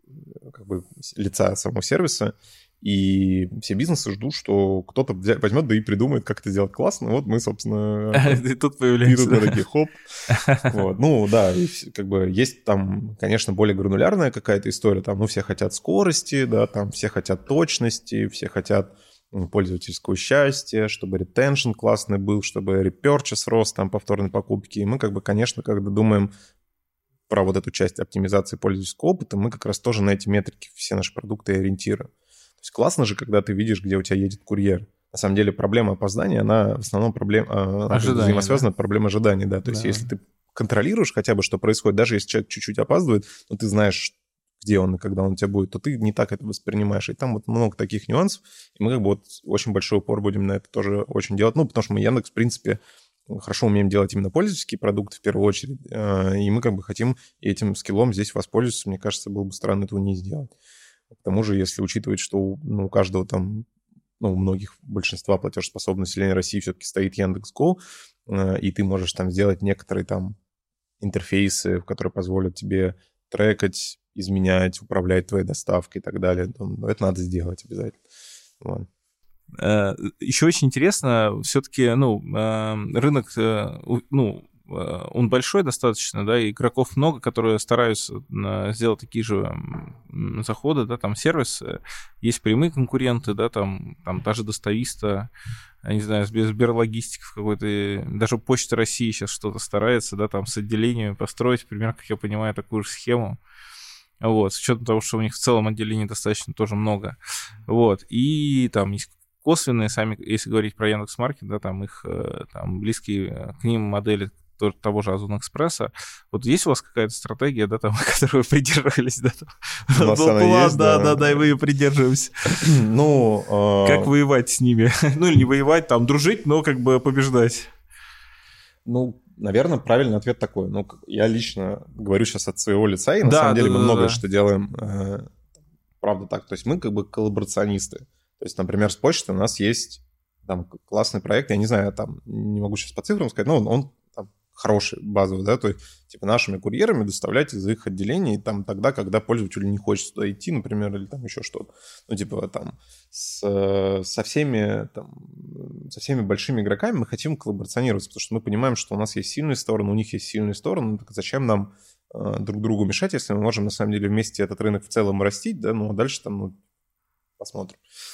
как бы лица самого сервиса, и все бизнесы ждут, что кто-то возьмет, да и придумает, как это сделать классно. Вот мы, собственно... И тут появляемся. И тут мы такие, хоп. Вот. Ну, да, и как бы есть там, конечно, более гранулярная какая-то история. Там, ну, все хотят скорости, да, там все хотят точности, все хотят пользовательского счастья, чтобы ретеншн классный был, чтобы реперчес рос, там, повторной покупки. И мы, как бы, конечно, когда думаем про вот эту часть оптимизации пользовательского опыта, мы как раз тоже на эти метрики все наши продукты ориентируем. То есть классно же, когда ты видишь, где у тебя едет курьер. На самом деле проблема опоздания, она в основном проблема, взаимосвязана, да? Проблема ожиданий, да. То да. есть если ты контролируешь хотя бы, что происходит, даже если человек чуть-чуть опаздывает, но ты знаешь, где он и когда он у тебя будет, то ты не так это воспринимаешь. И там вот много таких нюансов, и мы как бы вот очень большой упор будем на это тоже очень делать. Ну, потому что мы Яндекс, в принципе, хорошо умеем делать именно пользовательские продукты в первую очередь, и мы как бы хотим этим скиллом здесь воспользоваться. Мне кажется, было бы странно этого не сделать. К тому же, если учитывать, что ну, у каждого там, ну, у многих, большинства платежеспособного населения России все-таки стоит Яндекс.Го, и ты можешь там сделать некоторые там интерфейсы, которые позволят тебе трекать, изменять, управлять твоей доставкой и так далее. Это надо сделать обязательно. Вот. Еще очень интересно, все-таки, ну, рынок, ну, он большой достаточно, да, и игроков много, которые стараются сделать такие же заходы, да, там сервис, есть прямые конкуренты, да, там, там даже достависта, я не знаю, Сберлогистик какой-то, даже Почта России сейчас что-то старается, да, там с отделениями построить, примерно, как я понимаю, такую же схему. Вот, с учетом того, что у них в целом отделений достаточно тоже много. Вот, и там есть косвенные, сами, если говорить про Яндекс.Маркет, да, там их там близкие к ним модели того же Озон Экспресса. Вот есть у вас какая-то стратегия, да, там, которой вы придерживались, да? У нас она есть, да. Да, да, и мы ее придерживаемся. Ну... Как воевать с ними? Ну, или не воевать, там, дружить, но как бы побеждать. Ну, наверное, правильный ответ такой. Ну, я лично говорю сейчас от своего лица, и на самом деле мы многое что делаем, правда так. То есть мы как бы коллаборационисты. То есть, например, с почтой у нас есть там классный проект, я не знаю, там, не могу сейчас по цифрам сказать, но он, он там, хороший, базовый, да, то есть, типа, нашими курьерами доставлять из их отделений там тогда, когда пользователю не хочет туда идти, например, или там еще что-то. Ну, типа, там, с, со всеми, там, со всеми большими игроками мы хотим коллаборационировать, потому что мы понимаем, что у нас есть сильные стороны, у них есть сильные стороны, так зачем нам э, друг другу мешать, если мы можем, на самом деле, вместе этот рынок в целом растить, да, ну, а дальше там, ну, посмотрим.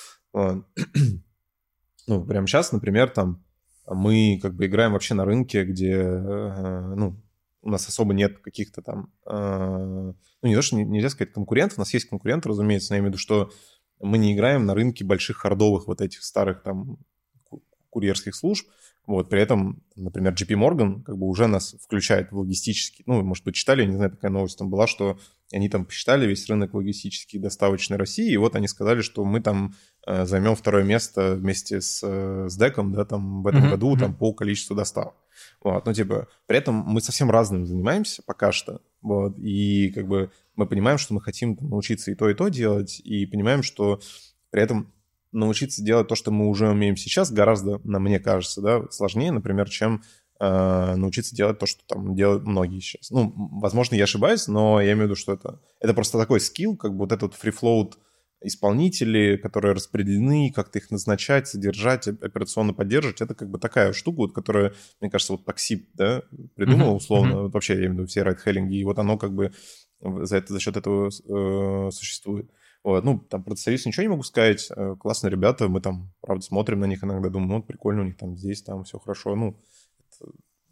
Ну, прямо сейчас, например, там мы как бы играем вообще на рынке, где, ну, у нас особо нет каких-то там, ну, не то, что нельзя сказать конкурентов, у нас есть конкуренты, разумеется, но я имею в виду, что мы не играем на рынке больших хардовых вот этих старых там курьерских служб, вот, при этом, например, джей пи Morgan как бы уже нас включает в логистический, ну, может быть, читали, я не знаю, такая новость там была, что они там посчитали весь рынок логистический доставочной России, и вот они сказали, что мы там э, займем второе место вместе с, э, с Деком, да, там в этом mm-hmm. году там по количеству доставок. Вот, ну, типа, при этом мы совсем разным занимаемся пока что, вот, и как бы мы понимаем, что мы хотим там, научиться и то, и то делать, и понимаем, что при этом научиться делать то, что мы уже умеем сейчас, гораздо, мне кажется, да, сложнее, например, чем э, научиться делать то, что там делают многие сейчас. Ну, возможно, я ошибаюсь, но я имею в виду, что это, это просто такой скилл, как бы вот этот free-float исполнители, которые распределены, как-то их назначать, содержать, операционно поддерживать, это как бы такая штука, вот, которая, мне кажется, вот такси, да, придумал условно, mm-hmm. вот вообще, я имею в виду, все райд-хеллинги, и вот оно как бы за, это, за счет этого э, существует. Вот, ну, там про сервис ничего не могу сказать. Классные ребята, мы там, правда, смотрим на них иногда, думаем, ну, прикольно, у них там здесь, там все хорошо. Ну, это...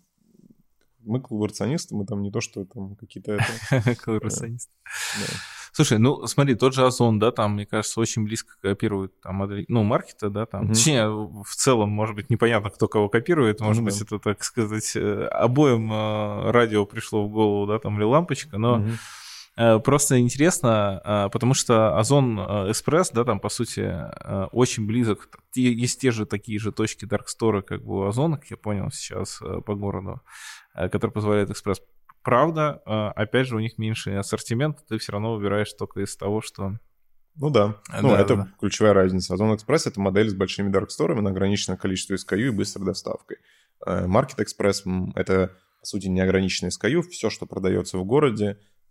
мы коллаборационисты, мы там не то, что там какие-то... Коллаборационисты. Слушай, ну, смотри, тот же Озон, да, там, мне кажется, очень близко копирует там модель, ну, маркета, да, там. Точнее, в целом, может быть, непонятно, кто кого копирует, может быть, это, так сказать, обоим радио пришло в голову, да, там, или лампочка, но... Просто интересно, потому что Озон Экспресс, да, там, по сути, очень близок. Есть те же такие же точки даркстора, как бы у Озона, как я понял сейчас, по городу, которые позволяют Экспресс. Правда, опять же, у них меньше ассортимент, ты все равно выбираешь только из того, что... Ну да, ну да, это да. Ключевая разница. Озон Экспресс — это модель с большими дарксторами на ограниченное количество эс кей ю и быстрой доставкой. Маркет Экспресс — это, по сути, неограниченный эс кей ю, все, что продается в городе,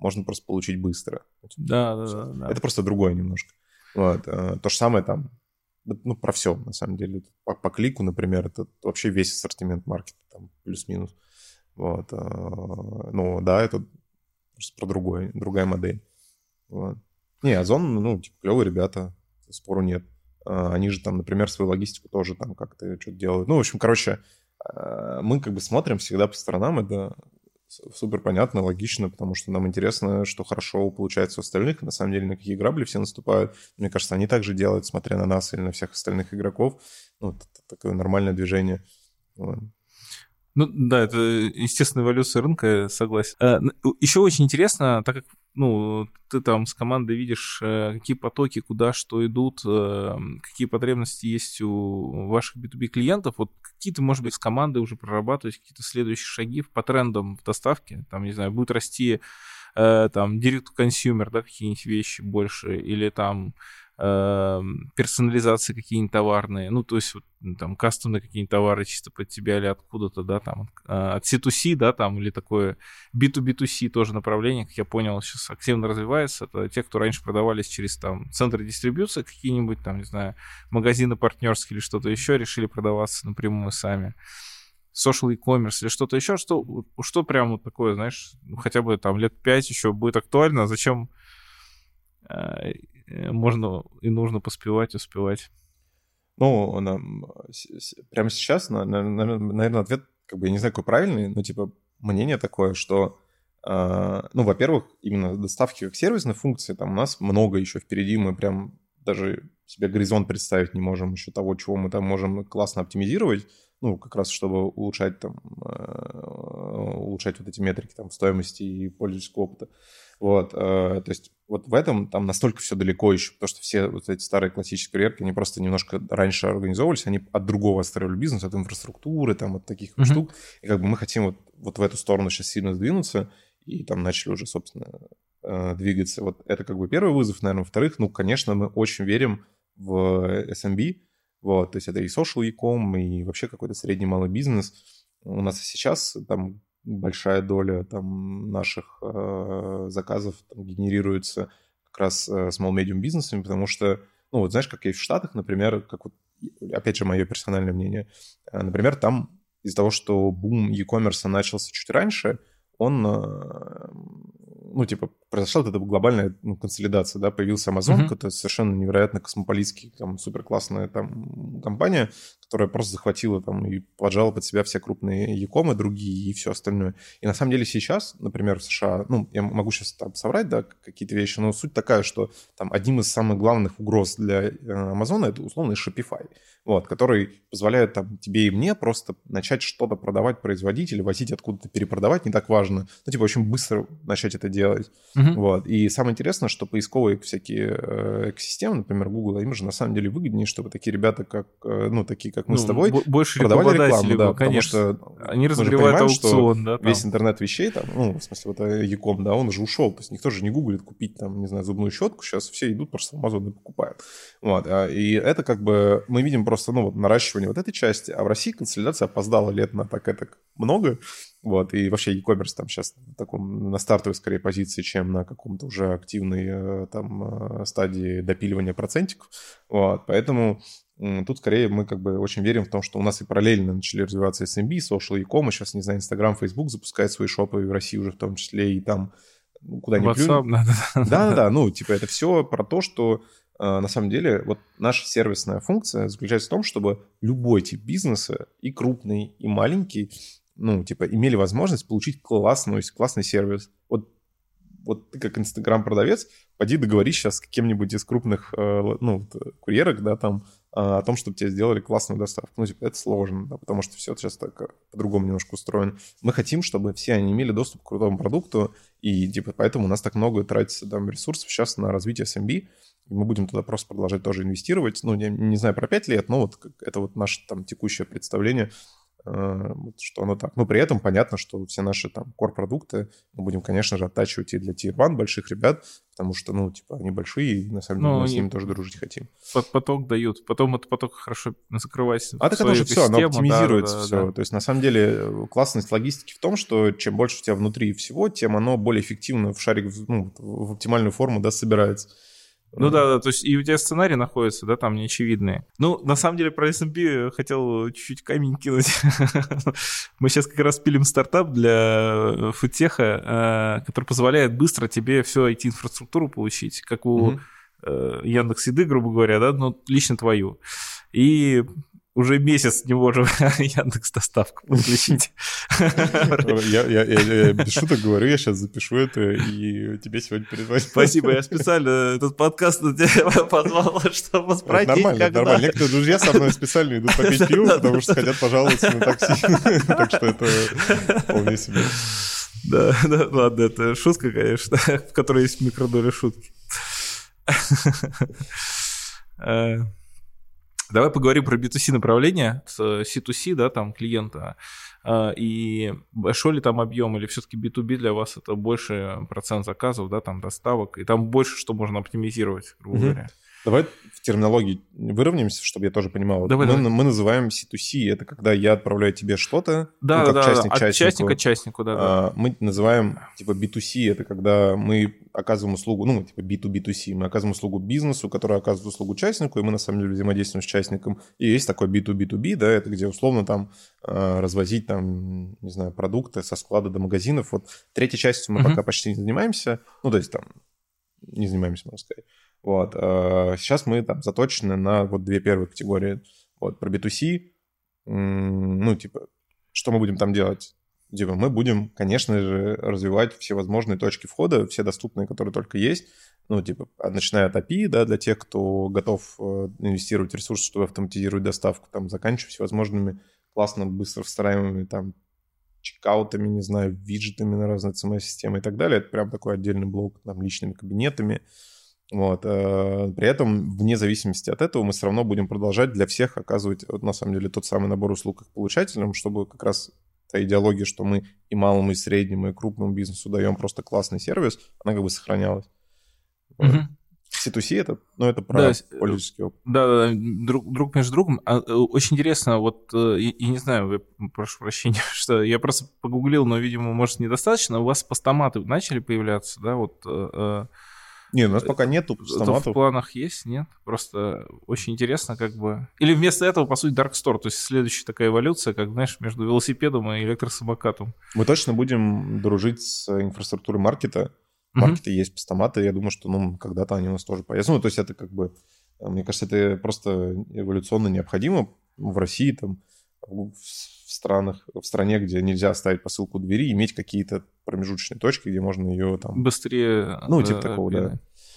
можно просто получить быстро. Да, да, да, да. Это просто другое немножко. Вот. То же самое там, ну, про все, на самом деле. По, по клику, например, это вообще весь ассортимент маркета, там, плюс-минус. Вот. Ну, да, это просто про другое, другая модель. Вот. Не, Озон, ну, типа, клевые ребята, спору нет. Они же там, например, свою логистику тоже там как-то что-то делают. Ну, в общем, короче, мы как бы смотрим всегда по сторонам, это супер понятно, логично, потому что нам интересно, что хорошо получается у остальных, и на самом деле на какие грабли все наступают. Мне кажется, они также делают, смотря на нас или на всех остальных игроков. Ну, это такое нормальное движение. Вот. Ну да, это естественная эволюция рынка, согласен. Еще очень интересно, так как ну, ты там с командой видишь, какие потоки, куда что идут, какие потребности есть у ваших би ту би клиентов, вот какие ты, может быть, с командой уже прорабатывать какие-то следующие шаги по трендам в доставке, там, не знаю, будет расти там direct-to-consumer, да, какие-нибудь вещи больше, или там персонализации какие-нибудь товарные, ну, то есть вот, там кастомные какие-нибудь товары чисто под тебя или откуда-то, да, там от си ту си, да, там, или такое би ту би ту си тоже направление, как я понял, сейчас активно развивается. Это те, кто раньше продавались через там центры дистрибьюции какие-нибудь, там, не знаю, магазины партнерские или что-то еще, решили продаваться напрямую сами. Social e-commerce или что-то еще, что, что прям вот такое, знаешь, хотя бы там лет пять еще будет актуально, зачем можно и нужно поспевать, успевать? Ну, нам, прямо сейчас, наверное, ответ, как бы, я не знаю, какой правильный, но, типа, мнение такое, что, ну, во-первых, именно доставки как сервисной функции, там у нас много еще впереди, мы прям даже себе горизонт представить не можем еще того, чего мы там можем классно оптимизировать, ну, как раз чтобы улучшать там, улучшать вот эти метрики там стоимости и пользовательского опыта. Вот, то есть вот в этом там настолько все далеко еще, потому что все вот эти старые классические курьерки, они просто немножко раньше организовывались, они от другого отстраивали бизнес, от инфраструктуры, там, от таких mm-hmm. штук, и как бы мы хотим вот, вот в эту сторону сейчас сильно сдвинуться, и там начали уже, собственно, двигаться. Вот это как бы первый вызов, наверное. Во-вторых, ну, конечно, мы очень верим в эс эм би, вот, то есть это и social e-com, и вообще какой-то средний малый бизнес. У нас сейчас там большая доля там наших э, заказов там, генерируется как раз э, small-medium бизнесами, потому что, ну, вот знаешь, как и в Штатах, например, как вот, опять же, мое персональное мнение, э, например, там из-за того, что бум e-commerce начался чуть раньше, он, э, ну, типа, произошла вот эта глобальная ну, консолидация, да, появился Amazon, mm-hmm. это совершенно невероятно космополитский, там, суперклассная там компания, которая просто захватила там и поджала под себя все крупные e-комы, другие и все остальное. И на самом деле сейчас, например, в США, ну, я могу сейчас там соврать, да, какие-то вещи, но суть такая, что там одним из самых главных угроз для Amazon это условный Shopify, вот, который позволяет там тебе и мне просто начать что-то продавать, производить или возить откуда-то перепродавать, не так важно, ну, типа, очень быстро начать это делать. Uh-huh. Вот. И самое интересное, что поисковые всякие экосистемы, например, Google, им же на самом деле выгоднее, чтобы такие ребята, как, ну, такие, как мы ну, с тобой, больше продавали рекламу, да, конечно. Потому что они разогревают понимаем, аукцион, да, там. Весь интернет вещей, там, ну, в смысле, вот e-com, да, он уже ушел, то есть никто же не гуглит купить, там, не знаю, зубную щетку, сейчас все идут просто в Amazon и покупают. Вот. И это как бы, мы видим просто, ну, вот наращивание вот этой части, а в России консолидация опоздала лет на так это много. Вот, и вообще e-commerce там сейчас в таком, на стартовой, скорее, позиции, чем на каком-то уже активной там стадии допиливания процентиков. Вот, поэтому тут, скорее, мы как бы очень верим в том, что у нас и параллельно начали развиваться эс эм би, social e-com, сейчас, не знаю, Instagram, Facebook запускает свои шопы в России уже в том числе, и там куда ни плюнь. Да-да-да, ну, типа, это все про то, что на самом деле вот наша сервисная функция заключается в том, чтобы любой тип бизнеса, и крупный, и маленький, ну, типа, имели возможность получить классный, классный сервис. Вот, вот ты как Инстаграм-продавец, поди договорись сейчас с кем-нибудь из крупных, ну, курьерок, да, там, о том, чтобы тебе сделали классную доставку. Ну, типа, это сложно, да, потому что все сейчас так по-другому немножко устроено. Мы хотим, чтобы все они имели доступ к крутому продукту, и, типа, поэтому у нас так много тратится там ресурсов сейчас на развитие эс эм би, и мы будем туда просто продолжать тоже инвестировать. Ну, я не знаю про пять лет, но вот это вот наше там текущее представление. что оно так. Но при этом понятно, что все наши там core-продукты мы будем, конечно же, оттачивать и для Tier один больших ребят, потому что, ну, типа, они большие, и на самом деле ну, мы с ними тоже дружить хотим. Поток дают, потом этот поток хорошо закрывать. А так это уже все, оно оптимизируется да, все. Да, да. То есть, на самом деле, классность логистики в том, что чем больше у тебя внутри всего, тем оно более эффективно в шарик, ну, в оптимальную форму, да, собирается. Ну да, да, то есть и у тебя сценарии находятся, да, там неочевидные. Ну, на самом деле, про эс эм пи хотел чуть-чуть камень кинуть. Мы сейчас как раз пилим стартап для фудтеха, который позволяет быстро тебе всю ай ти-инфраструктуру получить, как у Яндекс.Еды, грубо говоря, да, но лично твою. И уже месяц не можем Яндекс.Доставку подключить. Я, я, я без шуток говорю, я сейчас запишу это и тебе сегодня перезвоню. Спасибо, я специально этот подкаст на тебя позвал, чтобы спросить, нормально, когда... Нормально, некоторые друзья со мной специально идут попить пиво, потому что хотят пожаловаться на такси. Так что это вполне себе. Да, да, ладно, это шутка, конечно, в которой есть микродоля шутки. Давай поговорим про би ту си направление с си ту си, да, там, клиента. И большой ли там объем, или все-таки би ту би для вас это больше процент заказов, да, там, доставок, и там больше что можно оптимизировать, грубо mm-hmm. говоря. Давай в терминологии выровняемся, чтобы я тоже понимал. Давай, мы, давай. мы называем си ту си, это когда я отправляю тебе что-то, да, ну, как да, частник от частнику. частника частнику, да, а, да. Мы называем типа би ту си, это когда мы оказываем услугу, ну, типа би ту би ту си, мы оказываем услугу бизнесу, который оказывает услугу частнику, и мы на самом деле взаимодействуем с частником. И есть такой би ту би ту би, да, это где условно там развозить там, не знаю, продукты со склада до магазинов. Вот третьей частью мы uh-huh. пока почти не занимаемся, ну, то есть там не занимаемся, можно сказать. Вот. Сейчас мы там заточены на вот две первые категории. Вот. Про би ту си, ну, типа, что мы будем там делать? Типа, мы будем, конечно же, развивать все возможные точки входа, все доступные, которые только есть. Ну, типа, начиная от эй пи ай, да, для тех, кто готов инвестировать в ресурсы, чтобы автоматизировать доставку, там, заканчивая всевозможными классно, быстро встраиваемыми там чекаутами, не знаю, виджетами на разные си эм эс-системы и так далее. Это прям такой отдельный блок, там, личными кабинетами. Вот. При этом, вне зависимости от этого, мы все равно будем продолжать для всех оказывать, вот, на самом деле, тот самый набор услуг их получателям, чтобы как раз та идеология, что мы и малому, и среднему, и крупному бизнесу даем просто классный сервис, она как бы сохранялась. Угу. си ту си это, ну, это про да, пользовательский опыт. Да, да, да, друг, друг между другом. Очень интересно, вот, я, я не знаю, я прошу прощения, что я просто погуглил, но, видимо, может, недостаточно. У вас постаматы начали появляться, да, вот... Не, у нас пока нету постаматов. Это в планах есть, нет? Просто очень интересно, как бы... Или вместо этого, по сути, Dark Store, то есть следующая такая эволюция, как, знаешь, между велосипедом и электросамокатом. Мы точно будем дружить с инфраструктурой маркета. В маркете mm-hmm. есть постаматы, я думаю, что, ну, когда-то они у нас тоже появятся. Ну, то есть это как бы... Мне кажется, это просто эволюционно необходимо в России, там, в странах, в стране, где нельзя оставить посылку у двери, иметь какие-то промежуточные точки, где можно ее там... Быстрее... Ну, типа такого, да.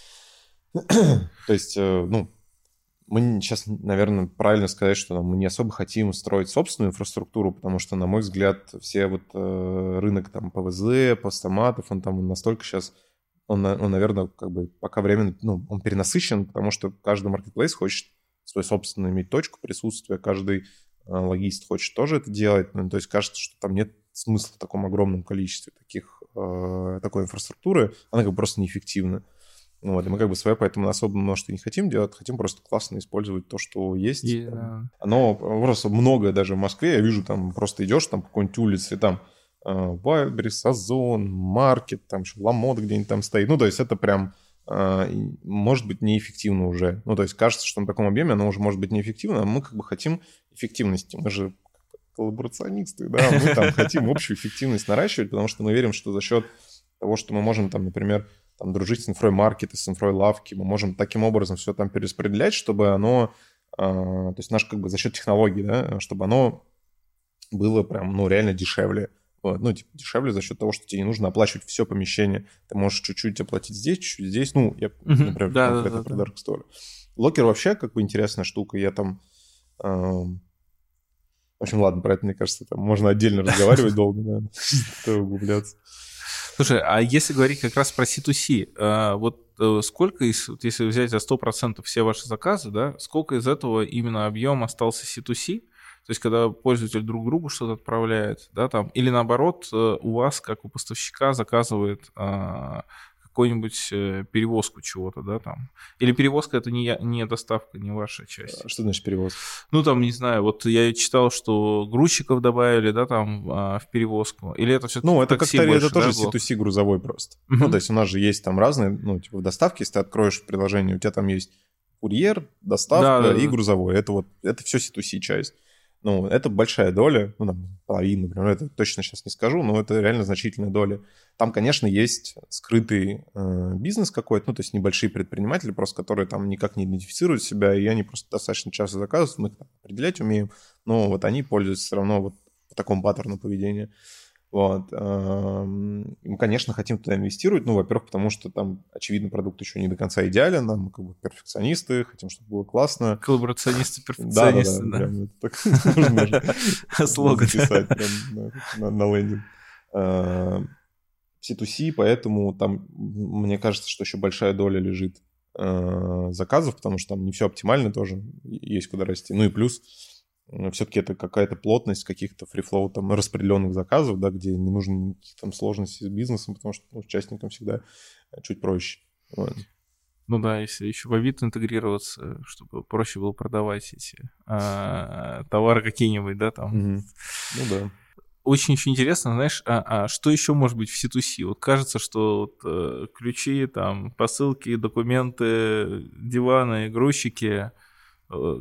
То есть, ну, мы сейчас, наверное, правильно сказать, что мы не особо хотим строить собственную инфраструктуру, потому что, на мой взгляд, все вот рынок там ПВЗ, постаматов, он там настолько сейчас... Он, он, наверное, как бы пока временно... Ну, он перенасыщен, потому что каждый маркетплейс хочет свою собственную иметь точку присутствия, каждый логист хочет тоже это делать, ну, то есть кажется, что там нет смысла в таком огромном количестве таких, э, такой инфраструктуры, она как бы просто неэффективна. Вот, и мы как бы свое, поэтому особо множество не хотим делать, хотим просто классно использовать то, что есть. Yeah. Оно просто много даже в Москве, я вижу, там просто идешь там по какой-нибудь улице, там Вайлдберрис, Озон, Маркет, там еще Ламода где-нибудь там стоит, ну, то есть это прям... может быть неэффективно уже. Ну, то есть кажется, что на таком объеме оно уже может быть неэффективно, а мы как бы хотим эффективности. Мы же коллаборационисты, да, мы там хотим общую эффективность наращивать, потому что мы верим, что за счет того, что мы можем там, например, там, дружить с инфрой маркета, с инфрой лавки, мы можем таким образом все там перераспределять, чтобы оно, то есть наш как бы за счет технологий, да, чтобы оно было прям, ну, реально дешевле. Ну, типа, дешевле за счет того, что тебе не нужно оплачивать все помещение. Ты можешь чуть-чуть оплатить здесь, чуть-чуть здесь. Ну, я, uh-huh. например, да, конкретно да, про да. Dark Store. Локер вообще как бы интересная штука. Я там... Э, в общем, ладно, про это, мне кажется, там можно отдельно разговаривать долго, да, углубляться. Слушай, а если говорить как раз про си ту си, вот сколько из, если взять за сто процентов все ваши заказы, да, сколько из этого именно объем остался си ту си? То есть, когда пользователь друг другу что-то отправляет, да, там, или наоборот, у вас, как у поставщика, заказывает а, какую-нибудь перевозку чего-то, да, там. Или перевозка — это не, не доставка, не ваша часть. Что значит перевозка? Ну, там, не знаю, вот я читал, что грузчиков добавили, да, там, а, в перевозку. Или это все-таки Ну, это как-то, больше, это тоже да, си ту си грузовой просто. Uh-huh. Ну, то есть у нас же есть там разные, ну, типа в доставке, если ты откроешь приложение, у тебя там есть курьер, доставка да, да, и да. грузовой. Это вот, это все си ту си часть. Ну, это большая доля, ну, там, половина, например, это точно сейчас не скажу, но это реально значительная доля. Там, конечно, есть скрытый э, бизнес какой-то, ну, то есть небольшие предприниматели просто, которые там никак не идентифицируют себя, и они просто достаточно часто заказывают, мы их там определять умеем, но вот они пользуются все равно вот по такому паттерну поведения. Вот. Мы, конечно, хотим туда инвестировать, ну, во-первых, потому что там, очевидно, продукт еще не до конца идеален, нам как бы перфекционисты, хотим, чтобы было классно. Коллаборационисты, перфекционисты, да. Да, да, да. Нужно слоган записать на лендинг. си ту си, поэтому там, мне кажется, что еще большая доля лежит заказов, потому что там не все оптимально тоже, есть куда расти. Ну и плюс все-таки это какая-то плотность каких-то фрифлоу там распределенных заказов, да, где не нужно никаких там сложностей с бизнесом, потому что ну, участникам всегда чуть проще. Вот. Ну да, если еще в Авито интегрироваться, чтобы проще было продавать эти а, товары какие-нибудь, да, там. Mm-hmm. Ну да. Очень-очень интересно, знаешь, а, а что еще может быть в си ту си? Вот кажется, что вот, э, ключи, там, посылки, документы, диваны, грузчики. Э,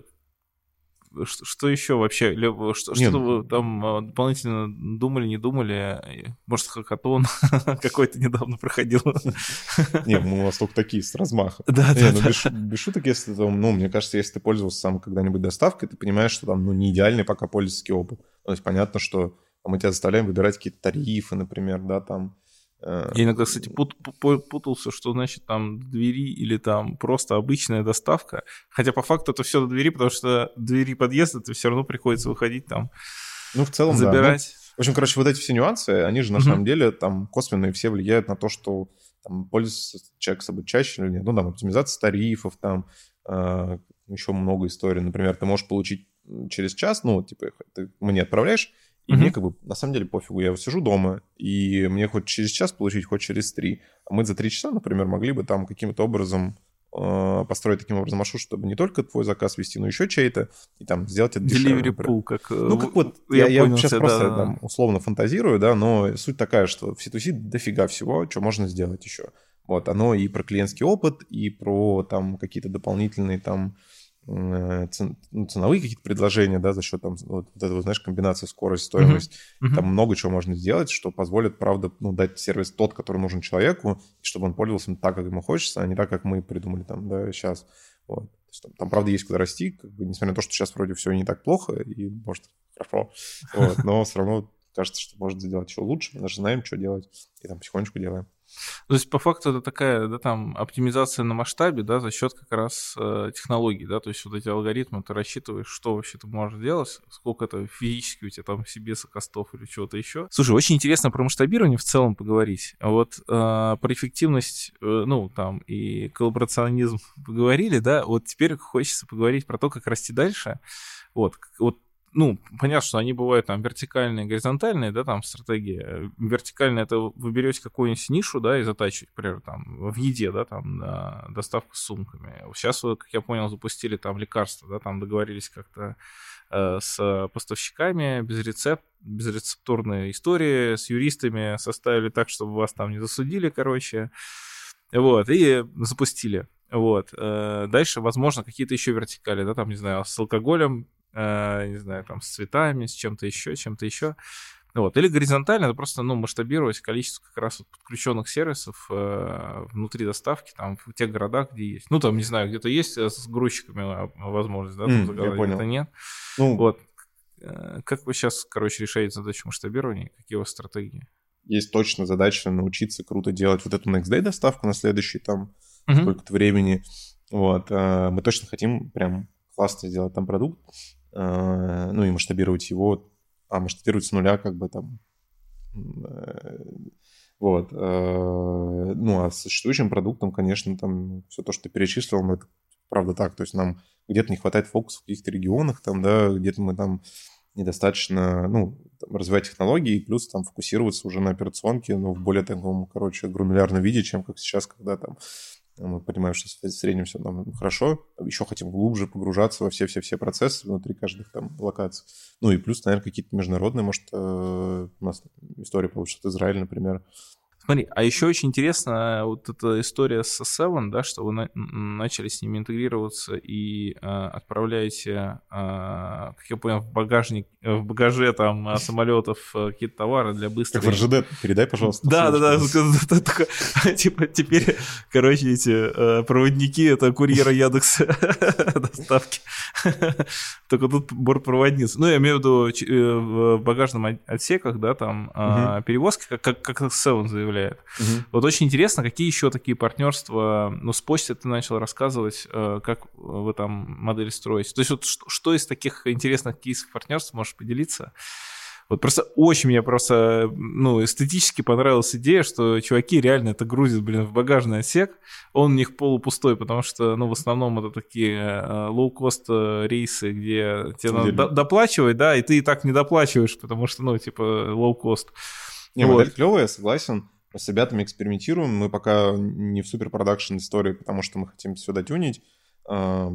Что, что еще вообще? Что, что вы там дополнительно думали, не думали? Может, хакатон какой-то недавно проходил? Не, мы у вас только такие с размаха. Да, да, ну, без, без шуток, если там, ну, мне кажется, если ты пользовался сам когда-нибудь доставкой, ты понимаешь, что там, ну, не идеальный пока пользовательский опыт. То есть понятно, что мы тебя заставляем выбирать какие-то тарифы, например, да, там. Я иногда, кстати, пут, путался, что значит там двери или там просто обычная доставка. Хотя по факту это все до двери, потому что двери подъезда ты все равно приходится выходить там, ну, в целом, забирать. Да. Ну, в общем, короче, вот эти все нюансы, они же на uh-huh. самом деле там косвенно и все влияют на то, что там пользуется человек собой чаще или нет. Ну, там, оптимизация тарифов, там э, еще много историй. Например, ты можешь получить через час, ну, типа, ты мне отправляешь, и mm-hmm. мне как бы на самом деле пофигу, я сижу дома, и мне хоть через час получить, хоть через три. А мы за три часа, например, могли бы там каким-то образом э, построить таким образом маршрут, чтобы не только твой заказ вести, но еще чей-то, и там сделать это дешевле. Delivery pool, как... Ну, как вот, я, я, я сейчас тебя, просто да. там условно фантазирую, да, но суть такая, что в си ту си дофига всего, что можно сделать еще. Вот, оно и про клиентский опыт, и про там какие-то дополнительные там Цен, ну, ценовые какие-то предложения, да, за счет там вот, вот этого, знаешь, комбинации скорость, стоимость. Uh-huh. Там много чего можно сделать, что позволит, правда, ну, дать сервис тот, который нужен человеку, чтобы он пользовался им так, как ему хочется, а не так, как мы придумали там, да, сейчас. Вот. То есть, там, там, правда, есть куда расти, как бы, несмотря на то, что сейчас вроде все не так плохо, и, может, хорошо, вот, но все равно кажется, что можно сделать еще лучше, мы даже знаем, что делать, и там потихонечку делаем. То есть, по факту, это такая, да, там, оптимизация на масштабе, да, за счет как раз э, технологий, да, то есть вот эти алгоритмы, ты рассчитываешь, что вообще ты можешь делать, сколько это физически у тебя там себе костов или чего-то еще. Слушай, очень интересно про масштабирование в целом поговорить. Вот э, про эффективность, э, ну, там, и коллаборационизм поговорили, да, вот теперь хочется поговорить про то, как расти дальше. Вот, вот. Ну, понятно, что они бывают там вертикальные, горизонтальные, да, там стратегии. Вертикальная — это вы берете какую-нибудь нишу, да, и затачиваете, например, там в еде, да, там да, доставка с сумками. Сейчас вы, как я понял, запустили там лекарства, да, там договорились как-то э, с поставщиками, без рецепт, безрецептурные истории, с юристами составили так, чтобы вас там не засудили, короче, вот, и запустили. Вот. Дальше, возможно, какие-то еще вертикали, да, там, не знаю, с алкоголем, не знаю, там, с цветами, с чем-то еще, чем-то еще. Вот. Или горизонтально, это просто, ну, масштабировать количество как раз вот подключенных сервисов э, внутри доставки, там, в тех городах, где есть. Ну, там, не знаю, где-то есть с грузчиками возможность, да, там, mm, заказать, где-то нет. Ну, вот. Как вы сейчас, короче, решаете задачу масштабирования? Какие у вас стратегии? Есть точно задача научиться круто делать вот эту next day доставку на следующий там uh-huh. сколько-то времени. Вот. Мы точно хотим прям классно сделать там продукт, ну и масштабировать его, а масштабировать с нуля как бы там. Вот. Ну а с существующим продуктом, конечно, там все то, что ты перечислил, ну, это правда так. То есть нам где-то не хватает фокуса в каких-то регионах, там, да, где-то мы там недостаточно, ну, там, развивать технологии, и плюс там фокусироваться уже на операционке, ну, в более таком, короче, гранулярном виде, чем как сейчас, когда там мы понимаем, что в среднем все нам хорошо, еще хотим глубже погружаться во все-все-все процессы внутри каждых там локаций. Ну и плюс, наверное, какие-то международные, может, у нас история получится от Израиля, например. Смотри, а еще очень интересна вот эта история с Seven, да, что вы на- начали с ними интегрироваться и э, отправляете, э, как я понял, в багажник, в багаже там самолетов какие-то товары для быстрой... Как в эр жэ дэ, передай, пожалуйста. Да, да, да, типа теперь, короче, эти проводники — это курьеры Яндекса доставки. Только тут бортпроводница. Ну, я имею в виду в багажном отсеках, да, там перевозки, как Seven заявляет. Угу. Вот очень интересно, какие еще такие партнерства, ну, с почтой ты начал рассказывать, как вы там модель строите. То есть вот что, что из таких интересных кейсов партнерств можешь поделиться? Вот просто очень мне просто, ну, эстетически понравилась идея, что чуваки реально это грузят, блин, в багажный отсек, он у них полупустой, потому что, ну, в основном это такие лоу-кост рейсы, где тебе надо до- доплачивать, да, и ты и так не доплачиваешь, потому что, ну, типа, лоу-кост. Не, вот. Модель клевая, согласен. С ребятами экспериментируем. Мы пока не в супер-продакшн истории, потому что мы хотим все дотюнить. А,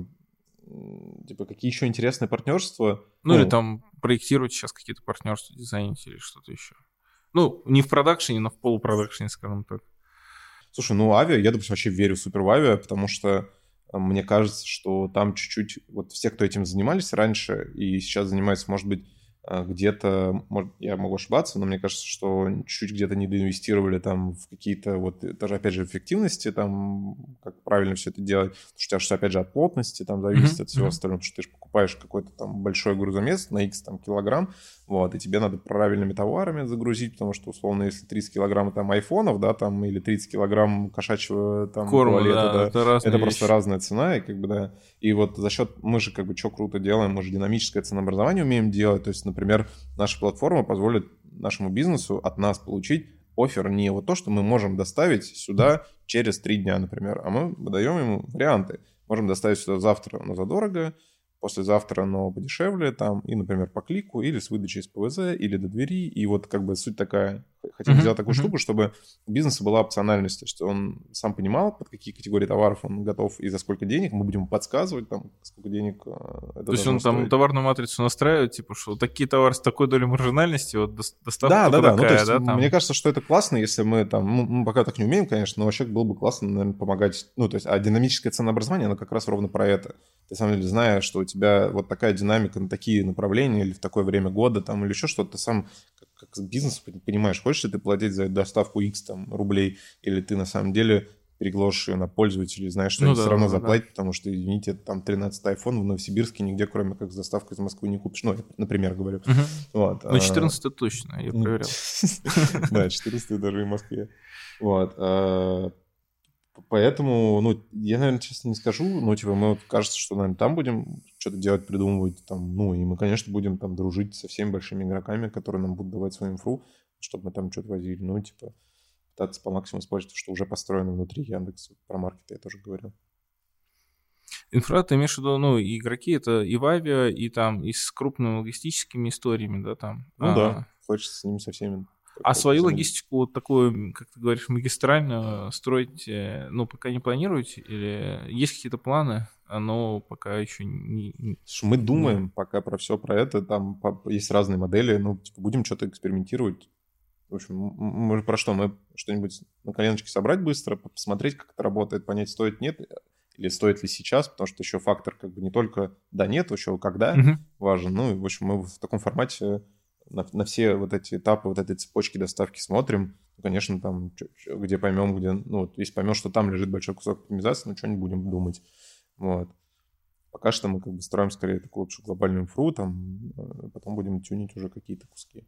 типа, какие еще интересные партнерства? Ну, ну, или там проектируете сейчас какие-то партнерства, дизайните или что-то еще. Ну, не в продакшене, но в полупродакшене, скажем так. Слушай, ну, авиа, я, допустим, вообще верю супер в авиа, потому что мне кажется, что там чуть-чуть... Вот все, кто этим занимались раньше и сейчас занимаются, может быть, где-то, может, я могу ошибаться, но мне кажется, что чуть-чуть где-то недоинвестировали там в какие-то, вот, даже, опять же, эффективности, там, как правильно все это делать, потому что у тебя, опять же, от плотности там зависит mm-hmm. от всего mm-hmm. остального, потому что ты же покупаешь какой-то там большой грузомес на X там килограмм, вот, и тебе надо правильными товарами загрузить, потому что, условно, если тридцать килограмм там айфонов, да, там, или тридцать килограмм кошачьего там корма, туалета, да, да, это, это просто разная цена, и как бы, да, и вот за счет, мы же как бы что круто делаем, мы же динамическое ценообразование умеем делать, то есть, например, наша платформа позволит нашему бизнесу от нас получить оффер не вот то, что мы можем доставить сюда через три дня, например, а мы даем ему варианты. Можем доставить сюда завтра, но задорого, послезавтра, но подешевле, там, и, например, по клику, или с выдачей из пэ вэ зэ, или до двери, и вот как бы суть такая. Хотим uh-huh, сделать такую uh-huh. штуку, чтобы у бизнеса была опциональность, то есть он сам понимал, под какие категории товаров он готов и за сколько денег, мы будем подсказывать, там, сколько денег это то есть он стоить. Там товарную матрицу настраивает, типа, что такие товары с такой долей маржинальности, вот доставка да, да, да. такая, ну, то есть, да, там... мне кажется, что это классно, если мы там, ну, мы пока так не умеем, конечно, но вообще было бы классно, наверное, помогать, ну, то есть, а динамическое ценообразование, оно как раз ровно про это. Ты, на самом деле, зная, что у тебя вот такая динамика на такие направления или в такое время года, там, или еще что-то, ты сам как бизнес понимаешь, хочешь ли ты платить за доставку X там, рублей, или ты на самом деле переложишь ее на пользователей, знаешь, что ну, они да, все равно да, заплатят, да. потому что, извините, там тринадцатый айфон в Новосибирске нигде, кроме как с доставкой из Москвы, не купишь. Ну, я, например, говорю. Угу. Вот. Ну, четырнадцатый точно, я проверял. Да, четырнадцатый даже в Москве. Вот. Поэтому, ну, я, наверное, честно не скажу, но, типа, мы вот, кажется, что, наверное, там будем что-то делать, придумывать, там, ну, и мы, конечно, будем там дружить со всеми большими игроками, которые нам будут давать свою инфру, чтобы мы там что-то возили, ну, типа, пытаться по максимуму использовать, что уже построено внутри Яндекса, про маркет я тоже говорил. Инфра, ты имеешь в виду, ну, игроки, это и в авиа, и там, и с крупными логистическими историями, да, там? Ну, а... да, хочется с ними со всеми. А свою логистику вот такую, как ты говоришь, магистральную строить, ну, пока не планируете? Или есть какие-то планы, но пока еще не... Слушай, мы думаем не... пока про все про это, там есть разные модели, ну, типа, будем что-то экспериментировать. В общем, мы про что? Мы что-нибудь на коленочке собрать быстро, посмотреть, как это работает, понять, стоит, нет, или стоит ли сейчас, потому что еще фактор как бы не только да-нет, еще когда uh-huh. важен. Ну, и, в общем, мы в таком формате... На, на все вот эти этапы, вот этой цепочки доставки смотрим. Ну, конечно, там, где поймем, где... Ну, вот, если поймем, что там лежит большой кусок оптимизации, ну, что-нибудь будем думать. Вот. Пока что мы как бы строим скорее такую общую глобальную инфру, там, потом будем тюнить уже какие-то куски.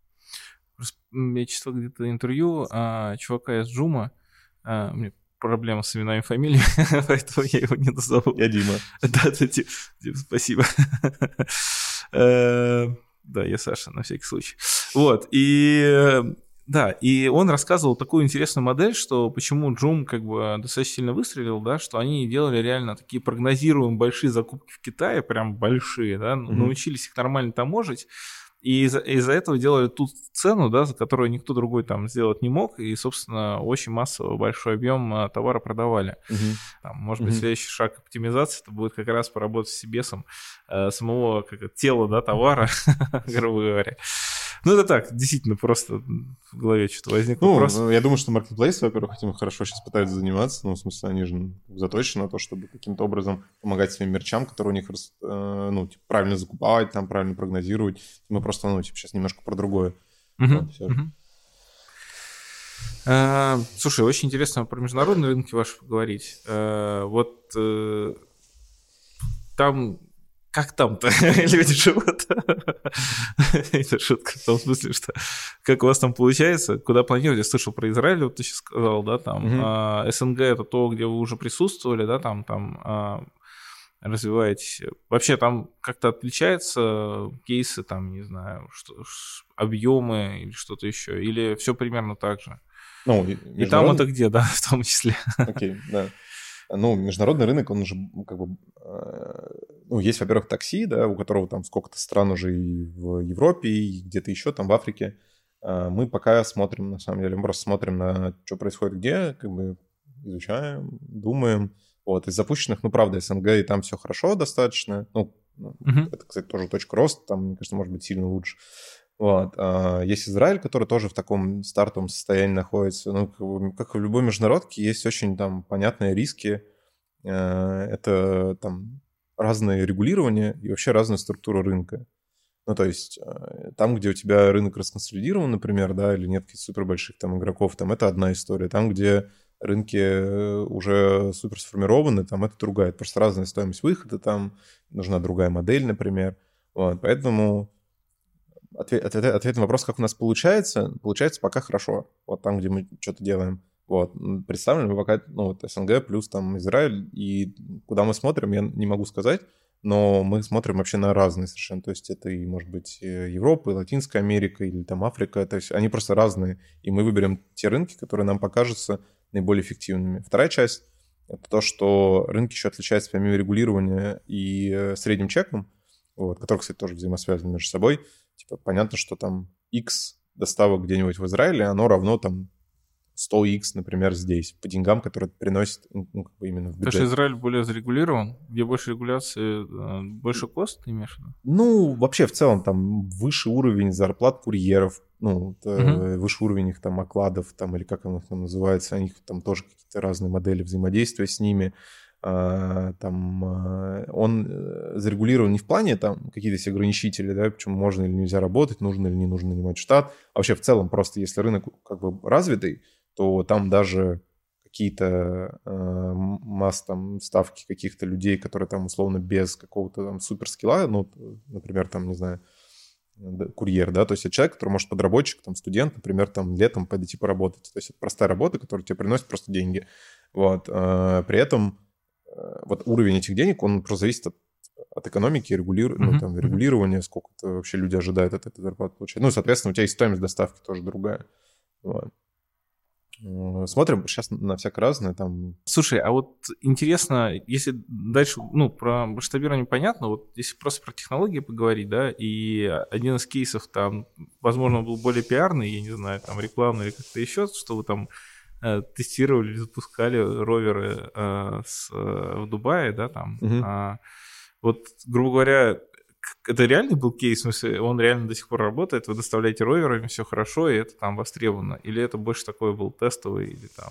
Я читал где-то интервью а, чувака из Джума. А, у меня проблема с именами и фамилией, поэтому я его не назову. Я Дима. Да, да, Дим, спасибо. Да, я Саша, на всякий случай. Вот, и Да, и он рассказывал такую интересную модель, что почему Joom как бы достаточно сильно выстрелил, да, что они делали реально такие прогнозируемые большие закупки в Китае, прям большие, да, mm-hmm. научились их нормально таможить, и из-за, из-за этого делали ту цену, да, за которую никто другой там сделать не мог, и, собственно, очень массово большой объем товара продавали. Mm-hmm. Там, может быть, mm-hmm. следующий шаг оптимизации, это будет как раз поработать с себесом э, самого как, тела, да, товара, грубо говоря. Ну, это так, действительно, просто в голове что-то возникло. Ну, вопрос. Я думаю, что маркетплейсы, во-первых, этим хорошо сейчас пытаются заниматься. Ну, в смысле, они же заточены на то, чтобы каким-то образом помогать своим мерчам, которые у них, ну, типа, правильно закупать, там, правильно прогнозировать. Мы просто, ну, типа, сейчас немножко про другое. Uh-huh. Вот, uh-huh. а, слушай, очень интересно про международные рынки ваши поговорить. А, вот а, там... Как там-то люди живут? Это шутка в том смысле, что как у вас там получается, куда планируете? Я слышал про Израиль, вот ты сейчас сказал, да, там mm-hmm. а, СНГ это то, где вы уже присутствовали, да, там, там а, развиваетесь. Вообще там как-то отличаются кейсы, там, не знаю, что, объемы или что-то еще, или все примерно так же? Ну, и там это где, да, в том числе? Окей, okay, да. Ну, международный рынок, он уже как бы... Ну, есть, во-первых, такси, да, у которого там сколько-то стран уже и в Европе, и где-то еще, там в Африке. Мы пока смотрим, на самом деле, мы просто смотрим на что происходит где, как бы изучаем, думаем. Вот, из запущенных, ну, правда, СНГ, и там все хорошо достаточно. Ну, uh-huh. это, кстати, тоже точка роста, там, мне кажется, может быть сильно лучше. Вот. Есть Израиль, который тоже в таком стартовом состоянии находится. Ну, как в любой международке, есть очень там понятные риски. Это там разное регулирование и вообще разная структура рынка. Ну, то есть там, где у тебя рынок расконсолидирован, например, да, или нет каких-то супербольших там игроков, там это одна история. Там, где рынки уже супер сформированы, там это другая. Это просто разная стоимость выхода, там нужна другая модель, например. Вот. Поэтому... Ответ, ответ, ответ на вопрос, как у нас получается, получается пока хорошо. Вот там, где мы что-то делаем. Вот. Представлен мы пока, ну, вот СНГ плюс там Израиль. И куда мы смотрим, я не могу сказать, но мы смотрим вообще на разные совершенно. То есть это и, может быть, Европа, и Латинская Америка, или там Африка. То есть они просто разные. И мы выберем те рынки, которые нам покажутся наиболее эффективными. Вторая часть — это то, что рынки еще отличаются помимо регулирования и средним чеком, вот, которые, кстати, тоже взаимосвязаны между собой. Типа, понятно, что там X доставок где-нибудь в Израиле, оно равно там сто икс, например, здесь, по деньгам, которые приносит, ну, как бы именно в бюджет. Потому что Израиль более зарегулирован, где больше регуляции, больше кост, ты имеешь в виду? Ну, вообще, в целом, там выше уровень зарплат курьеров, ну, uh-huh. выше уровень их там окладов, там, или как он их там называется, у них там тоже какие-то разные модели взаимодействия с ними. Там он зарегулирован не в плане там какие-то все ограничители, да, почему можно или нельзя работать, нужно или не нужно нанимать штат, а вообще в целом просто если рынок как бы развитый, то там даже какие-то э, масс там ставки каких-то людей, которые там условно без какого-то там суперскилла, ну, например, там, не знаю, курьер, да, то есть это человек, который может подработчик, там, студент, например, там, летом пойти поработать, то есть это простая работа, которая тебе приносит просто деньги, вот, э, при этом вот уровень этих денег, он просто зависит от, от экономики, регулиру... mm-hmm. ну, там, регулирования, сколько вообще люди ожидают от этой зарплаты получать. Ну, соответственно, у тебя и стоимость доставки тоже другая. Вот. Смотрим сейчас на всякое разное там. Слушай, а вот интересно, если дальше, ну, про масштабирование понятно, вот если просто про технологии поговорить, да, и один из кейсов там, возможно, был более пиарный, я не знаю, там, рекламный или как-то еще, что вы там тестировали, запускали роверы э, с, э, в Дубае, да, там. Uh-huh. А, вот, грубо говоря, это реальный был кейс, в смысле, он реально до сих пор работает, вы доставляете роверами, все хорошо, и это там востребовано? Или это больше такой был тестовый, или там...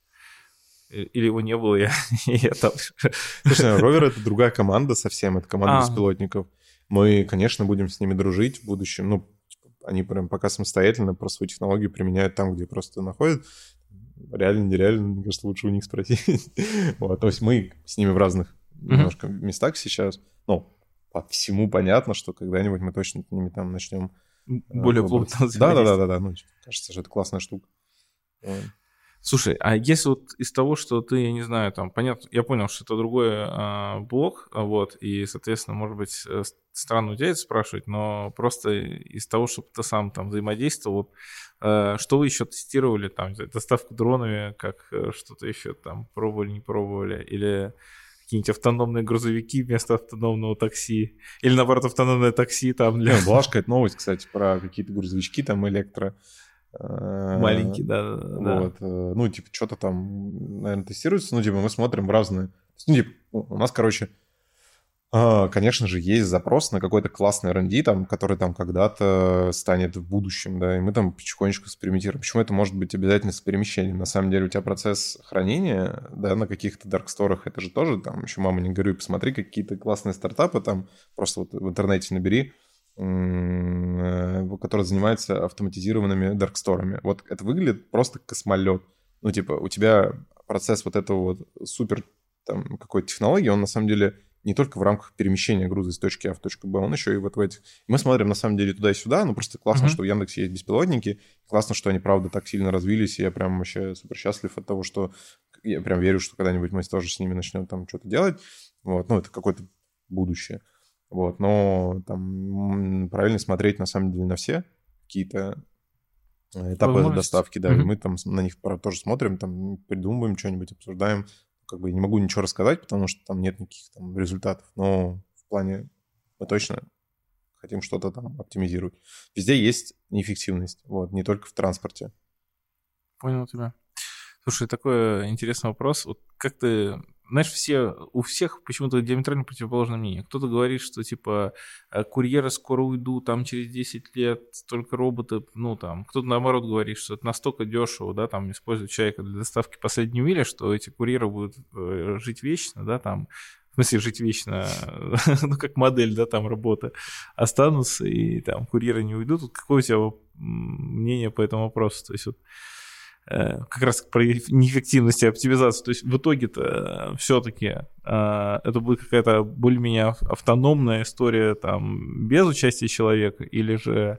Или его не было, я, я там... Слушай, ровер — это другая команда совсем, это команда а. беспилотников. Мы, конечно, будем с ними дружить в будущем, ну, они прям пока самостоятельно про свою технологию применяют там, где просто находят. Реально, нереально, мне кажется, лучше у них спросить. Вот, то есть мы с ними в разных uh-huh. немножко местах сейчас. Ну, по всему понятно, что когда-нибудь мы точно с ними там начнем... Более плотно взаимодействовать. Да-да-да, ну, кажется, что это классная штука. Слушай, а если вот из того, что ты, я не знаю, там, понятно, я понял, что это другой э, блок, вот, и, соответственно, может быть, странно у тебя это спрашивать, но просто из того, чтобы ты сам там взаимодействовал, вот, э, что вы еще тестировали, там, доставку дронами, как э, что-то еще там пробовали, не пробовали, или какие-нибудь автономные грузовики вместо автономного такси, или, наоборот, автономное такси там для... Была же какая-то новость, кстати, про какие-то грузовички там электро. Маленький, да, да. Вот, ну, типа, что-то там, наверное, тестируется. Ну, типа, мы смотрим в разные... Ну, типа, у нас, короче, конечно же, есть запрос на какой-то классный эр энд ди, там, который там когда-то станет в будущем, да, и мы там потихонечку экспериментируем. Почему это может быть обязательно с перемещением? На самом деле у тебя процесс хранения, да, на каких-то дарксторах, это же тоже, там, еще мама не горюй, посмотри, какие-то классные стартапы, там, просто вот в интернете набери, который занимается автоматизированными дарксторами. Вот это выглядит просто космолет. Ну, типа, у тебя процесс вот этого вот супер там какой-то технологии, он на самом деле не только в рамках перемещения груза из точки А в точку Б, он еще и вот в этих... Мы смотрим, на самом деле, туда и сюда, ну, просто классно, mm-hmm. что в Яндексе есть беспилотники, классно, что они, правда, так сильно развились, и я прям вообще супер счастлив от того, что я прям верю, что когда-нибудь мы тоже с ними начнем там что-то делать. Вот, ну, это какое-то будущее. Вот, но там правильно смотреть, на самом деле, на все какие-то этапы доставки, да, mm-hmm. и мы там на них тоже смотрим, там придумываем что-нибудь, обсуждаем. Как бы не могу ничего рассказать, потому что там нет никаких там результатов, но в плане мы точно хотим что-то там оптимизировать. Везде есть неэффективность, вот, не только в транспорте. Понял тебя. Слушай, такой интересный вопрос. Вот как ты... Знаешь, все, у всех почему-то диаметрально противоположное мнение. Кто-то говорит, что, типа, курьеры скоро уйдут, там, через десять лет только роботы, ну, там. Кто-то, наоборот, говорит, что это настолько дешево, да, там, использовать человека для доставки последней мили, что эти курьеры будут жить вечно, да, там. В смысле, жить вечно, ну, как модель, да, там, работы останутся, и, там, курьеры не уйдут. Вот какое у тебя мнение по этому вопросу? То есть, вот, как раз про неэффективность и оптимизацию. То есть в итоге-то все-таки это будет какая-то более-менее автономная история там без участия человека, или же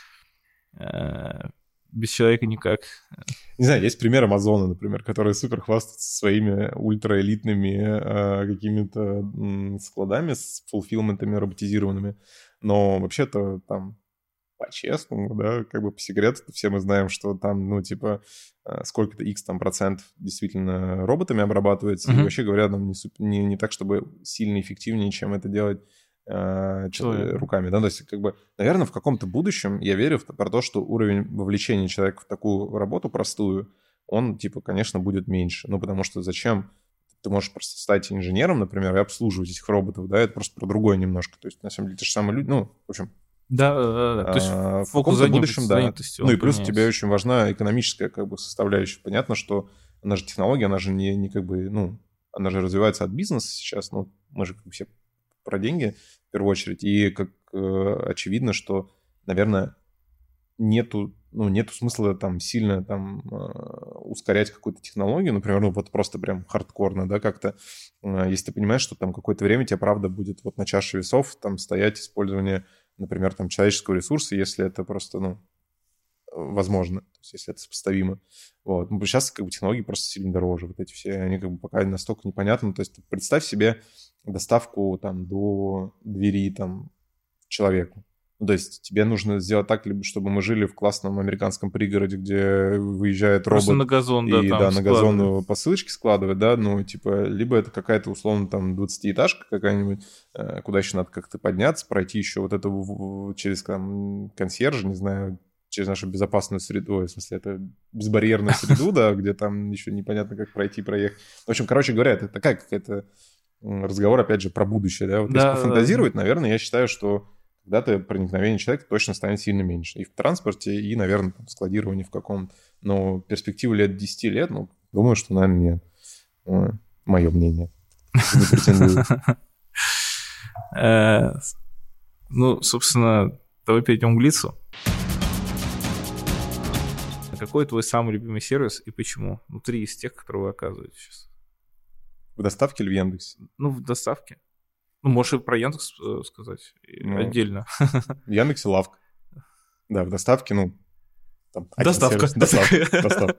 без человека никак? Не знаю, есть пример Амазона, например, который супер хвастается своими ультраэлитными какими-то складами с фулфилментами роботизированными, но вообще-то там по-честному, да, как бы по секрету, все мы знаем, что там, ну, типа, сколько-то X там процентов действительно роботами обрабатывается, mm-hmm. и вообще говоря, нам не, не, не так, чтобы сильно эффективнее, чем это делать э, руками, да, то есть, как бы, наверное, в каком-то будущем я верю в про то, что уровень вовлечения человека в такую работу простую, он, типа, конечно, будет меньше, ну, потому что зачем ты можешь просто стать инженером, например, и обслуживать этих роботов, да, это просто про другое немножко, то есть, на самом деле, те же самые люди, ну, в общем... Да, да, да. То есть а, в каком-то будущем, да. Ну и плюс тебе очень важна экономическая как бы составляющая. Понятно, что она же технология, она же не, не как бы, ну, она же развивается от бизнеса сейчас, ну, мы же как бы все про деньги в первую очередь. И как э, очевидно, что, наверное, нету, ну, нету смысла там сильно там э, ускорять какую-то технологию, например, ну вот просто прям хардкорно, да, как-то, э, если ты понимаешь, что там какое-то время тебе, правда, будет вот на чаше весов там стоять использование, например, там, человеческого ресурса, если это просто, ну, возможно, то есть если это сопоставимо. Вот. Ну, сейчас как бы технологии просто сильно дороже, вот эти все, они как бы пока настолько непонятны. То есть представь себе доставку там до двери там человеку. Ну, то есть тебе нужно сделать так, либо чтобы мы жили в классном американском пригороде, где выезжает просто робот на газон, да, и там да, на газон посылочки складывать, да, ну, типа, либо это какая-то, условно, там, двадцатиэтажка какая-нибудь, куда еще надо как-то подняться, пройти еще вот это через там, консьержа, не знаю, через нашу безопасную среду, ой, в смысле, это безбарьерную среду, да, где там еще непонятно, как пройти, проехать. В общем, короче говоря, это такая какая-то разговор, опять же, про будущее, да, вот да, если пофантазировать, да, наверное, я считаю, что когда-то проникновение человека точно станет сильно меньше. И в транспорте, и, наверное, там, в складировании в каком-то. Но перспективы лет десяти лет, ну, думаю, что, наверное, нет. Мое мнение. Не претендую. Ну, собственно, давай перейдем к Глицу. Какой твой самый любимый сервис и почему? Внутри из тех, которые вы оказываете сейчас. В доставке или в Яндексе? Ну, в доставке. Ну, можешь и про Яндекс сказать ну, отдельно. В Яндексе лавка. Да, в доставке, ну, Там, доставка. Доставка. Доставка.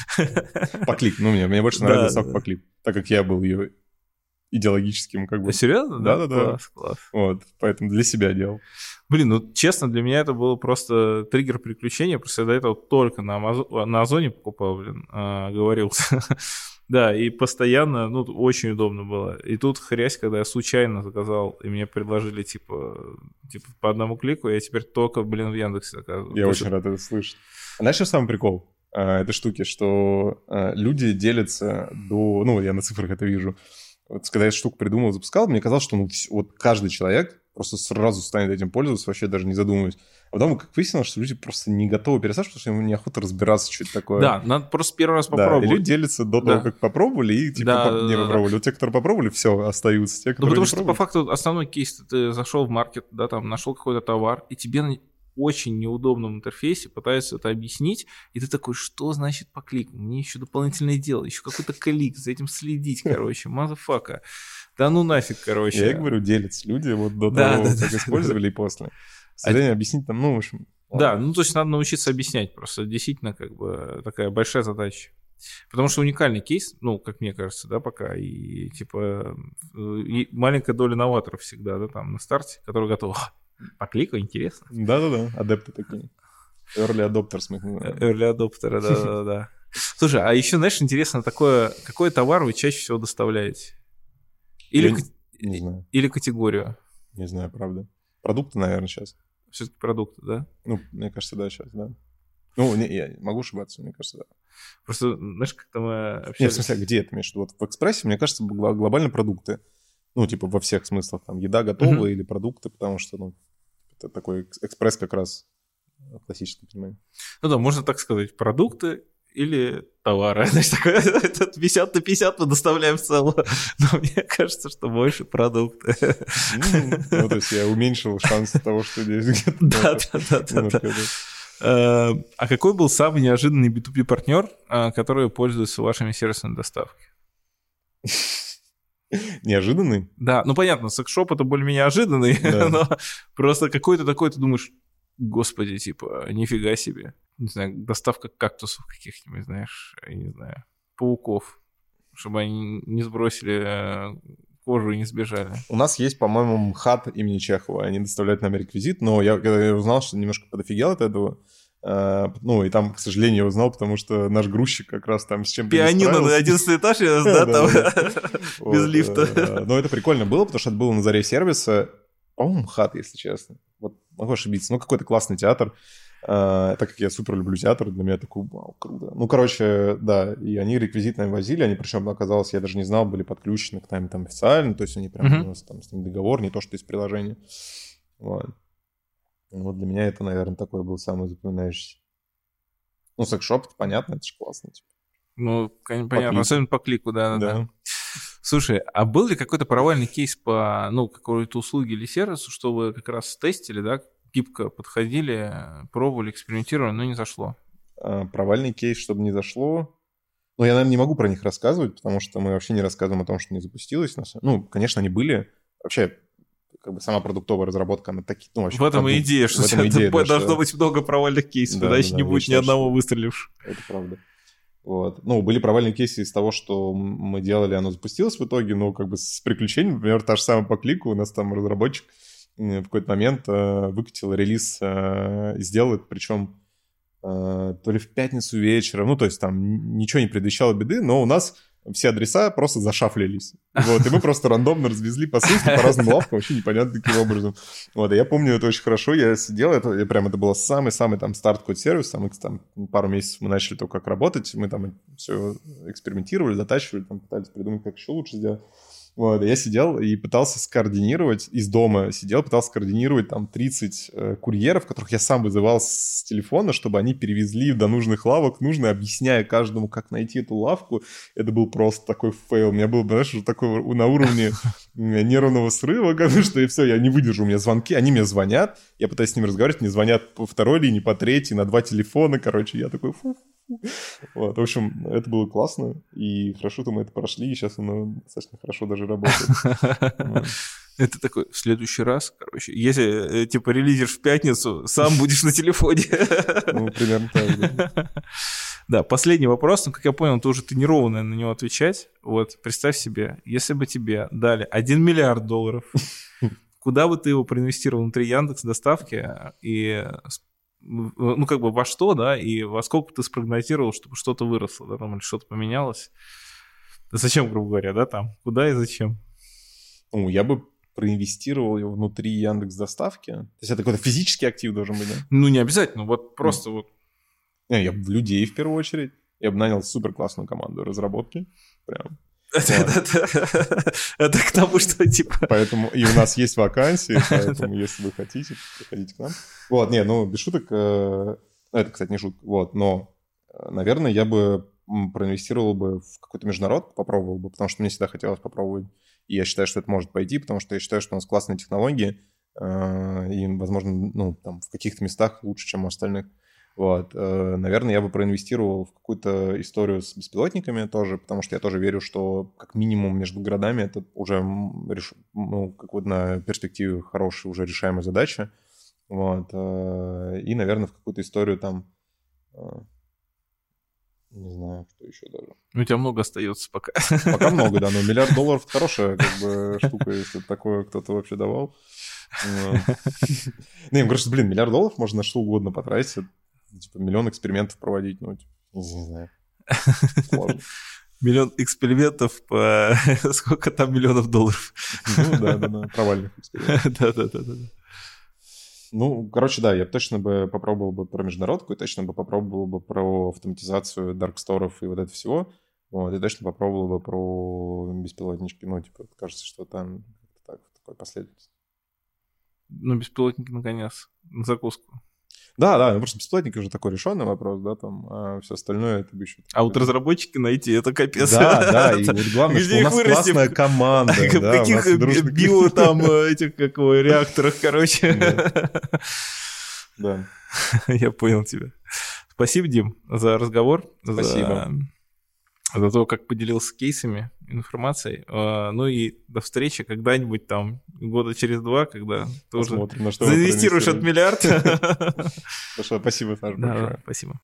По клик. Ну, мне, мне больше нравится доставка по клик, так как я был ее идеологическим как бы... Серьезно? Да-да-да. Класс, класс. Вот, поэтому для себя делал. Блин, ну, честно, для меня это было просто триггер приключения, просто я до этого только на, Амазо... на Озоне покупал, блин, а, говорился. Да, и постоянно, ну, очень удобно было. И тут хрясь, когда я случайно заказал, и мне предложили, типа, типа по одному клику, я теперь только, блин, в Яндексе заказываю. Я очень рад это слышать. А знаешь, что самый прикол а, этой штуки? Что а, люди делятся до... Ну, я на цифрах это вижу. Вот когда я эту штуку придумал, запускал, мне казалось, что ну, вот каждый человек просто сразу станет этим пользоваться, вообще даже не задумываясь. А потом, как выяснилось, что люди просто не готовы пересаживать, потому что ему неохота разбираться, что это такое. Да, надо просто первый раз попробовать. Да, и люди делятся до да. того, как попробовали, и типа да, поп... не да, попробовали. да. Вот те, которые попробовали, все, остаются. Те, которые ну, потому не что пробовали... по факту основной кейс, ты зашел в маркет, да, там нашел какой-то товар, и тебе на очень неудобном интерфейсе пытаются это объяснить, и ты такой, что значит по клику? Мне еще дополнительное дело, еще какой-то клик, за этим следить, короче, мазафака. Да ну нафиг, короче. Я и говорю, делятся люди вот до да, того, да, как да, использовали да. и после. К сожалению, объяснить там, ну, в общем... Да, ну то есть надо научиться объяснять просто. Действительно, как бы такая большая задача. Потому что уникальный кейс, ну, как мне кажется, да, пока, и типа и маленькая доля новаторов всегда, да, там на старте, которые готовы. По клику, интересно. Да-да-да, адепты такие. Early adopters мы их называем. Early adopter, да-да-да. Слушай, а еще, знаешь, интересно такое, какой товар вы чаще всего доставляете? Или, Я к... не знаю. Или категорию? Не знаю, правда. Продукты, наверное, сейчас. Все-таки продукты, да? Ну, мне кажется, да, сейчас, да. Ну, не, я могу ошибаться, мне кажется, да. Просто, знаешь, как-то мы общались... Нет, в смысле, где это имеешь в виду? Вот в экспрессе, мне кажется, глобально продукты. Ну, типа во всех смыслах. Там еда готовая uh-huh. или продукты, потому что, ну, это такой экспресс как раз в классическом понимании. Ну да, можно так сказать, продукты или товары. Значит, такое, это пятьдесят на пятьдесят мы доставляем в целом. Но мне кажется, что больше продукты. Ну, то есть я уменьшил шанс того, что здесь где-то... Да, да, да, да. А какой был самый неожиданный би ту би партнер, который пользуется вашими сервисами доставки? Неожиданный? Да, ну понятно, секс-шоп это более-менее неожиданный, да. Но просто какой-то такой, ты думаешь, господи, типа, нифига себе. Не знаю, доставка кактусов каких-нибудь, знаешь, я не знаю, пауков, чтобы они не сбросили кожу и не сбежали. У нас есть, по-моему, МХАТ имени Чехова, они доставляют нам реквизит, но я, когда я узнал, что немножко подофигел от этого, ну, и там, к сожалению, я узнал, потому что наш грузчик как раз там с чем-то пианино на одиннадцатый этаж, да, там, без лифта. Но это прикольно было, потому что это было на заре сервиса, по-моему, МХАТ, если честно. Вот могу ошибиться. Ну, какой-то классный театр. Так как я супер люблю театр, для меня такой, вау, круто. Ну, короче, да, и они реквизит нам возили, они, причем, оказалось, я даже не знал, были подключены к нам там официально, то есть они прям у нас там с ними договор, не то, что из приложения. Вот. Вот для меня это, наверное, такой был самый запоминающийся. Ну, секс-шоп, понятно, это же классно. Типа. Ну, понятно, особенно по клику, да, да, да. Слушай, а был ли какой-то провальный кейс по, ну, какой-то услуге или сервису, что вы как раз тестили, да, гибко подходили, пробовали, экспериментировали, но не зашло? А, провальный кейс, чтобы не зашло... Ну, я, наверное, не могу про них рассказывать, потому что мы вообще не рассказываем о том, что не запустилось. Ну, конечно, они были. Вообще... как бы сама продуктовая разработка, она такие... Ну, вообще, в этом и идея, что у тебя должно быть много провальных кейсов, да, иначе да, не да, будет ни одного выстрелившего. Это правда. Вот. Ну, были провальные кейсы из того, что мы делали, оно запустилось в итоге, но как бы с приключением, например, та же самая по клику, у нас там разработчик в какой-то момент э, выкатил релиз, э, сделал это, причем э, то ли в пятницу вечером, ну, то есть там ничего не предвещало беды, но у нас все адреса просто зашафлились. Вот, и мы просто рандомно развезли посылки по разным лавкам, вообще непонятно каким образом. Вот, и я помню это очень хорошо, я сидел, это, я прям, это был самый-самый там старт какой-то сервис, там, там пару месяцев мы начали только как работать, мы там все экспериментировали, затачивали, там пытались придумать, как еще лучше сделать. Вот, я сидел и пытался скоординировать, из дома сидел, пытался скоординировать там тридцать э, курьеров, которых я сам вызывал с телефона, чтобы они перевезли до нужных лавок, нужно, объясняя каждому, как найти эту лавку. Это был просто такой фейл. У меня был, знаешь, уже такой на уровне нервного срыва, что и все, я не выдержу, у меня звонки, они мне звонят, я пытаюсь с ними разговаривать, мне звонят по второй линии, по третьей, на два телефона, короче, я такой фу. Вот, в общем, это было классно, и хорошо-то мы это прошли, и сейчас оно достаточно хорошо даже работает. Это такой, в следующий раз, короче, если, типа, релизишь в пятницу, сам будешь на телефоне. Ну, примерно так, да. Да, последний вопрос, ну, как я понял, ты уже тренированный на него отвечать. Вот, представь себе, если бы тебе дали один миллиард долларов, куда бы ты его проинвестировал внутри Яндекс.Доставки и, ну, как бы во что, да, и во сколько ты спрогнозировал, чтобы что-то выросло, да, там, или что-то поменялось? Зачем, грубо говоря, да, там, куда и зачем? Ну, я бы проинвестировал его внутри Яндекс.Доставки. То есть это какой-то физический актив должен быть, да? Ну, не обязательно, вот просто вот. Не, я бы в людей в первую очередь. Я бы нанял супер классную команду разработки. Прям. Это к тому, что типа... Поэтому и у нас есть вакансии, поэтому если вы хотите, приходите к нам. Вот, не, ну, без шуток... Это, кстати, не шутка. Вот, но, наверное, я бы проинвестировал бы в какой-то международ, попробовал бы, потому что мне всегда хотелось попробовать. И я считаю, что это может пойти, потому что я считаю, что у нас классные технологии, и, возможно, ну, там, в каких-то местах лучше, чем у остальных. Вот, наверное, я бы проинвестировал в какую-то историю с беспилотниками тоже, потому что я тоже верю, что как минимум между городами это уже, ну, как вот на перспективе хорошая уже решаемая задача. Вот, и, наверное, в какую-то историю там, не знаю, что еще даже. У тебя много остается пока. Пока много, да, но миллиард долларов хорошая как бы штука, если такое кто-то вообще давал. Не, я говорю, что, блин, миллиард долларов можно на что угодно потратить. Типа миллион экспериментов проводить, ну, типа, не знаю. Сложно. Миллион экспериментов по... Сколько там миллионов долларов? Ну, да-да-да, провальных экспериментов. Да-да-да. Ну, короче, да, я точно бы попробовал бы про международку, и точно бы попробовал бы про автоматизацию дарксторов и вот это всего. Вот, и точно попробовал бы про беспилотнички. Ну, типа, кажется, что там так, в такой последовательности. Ну, беспилотники, наконец, на закуску. Да, да, ну просто беспилотники уже такой решенный вопрос, да, там, а все остальное это бы еще... А вот разработчики найти, это капец. Да, да, и вот главное, что у нас классная команда, в каких био там этих, как его, реакторах, короче. Да. Я понял тебя. Спасибо, Дим, за разговор. Спасибо. За то, как поделился кейсами, информацией. Ну и до встречи когда-нибудь там, года через два, когда ты уже заинвестируешь от миллиарда. Хорошо, спасибо, Саша, большое. Спасибо.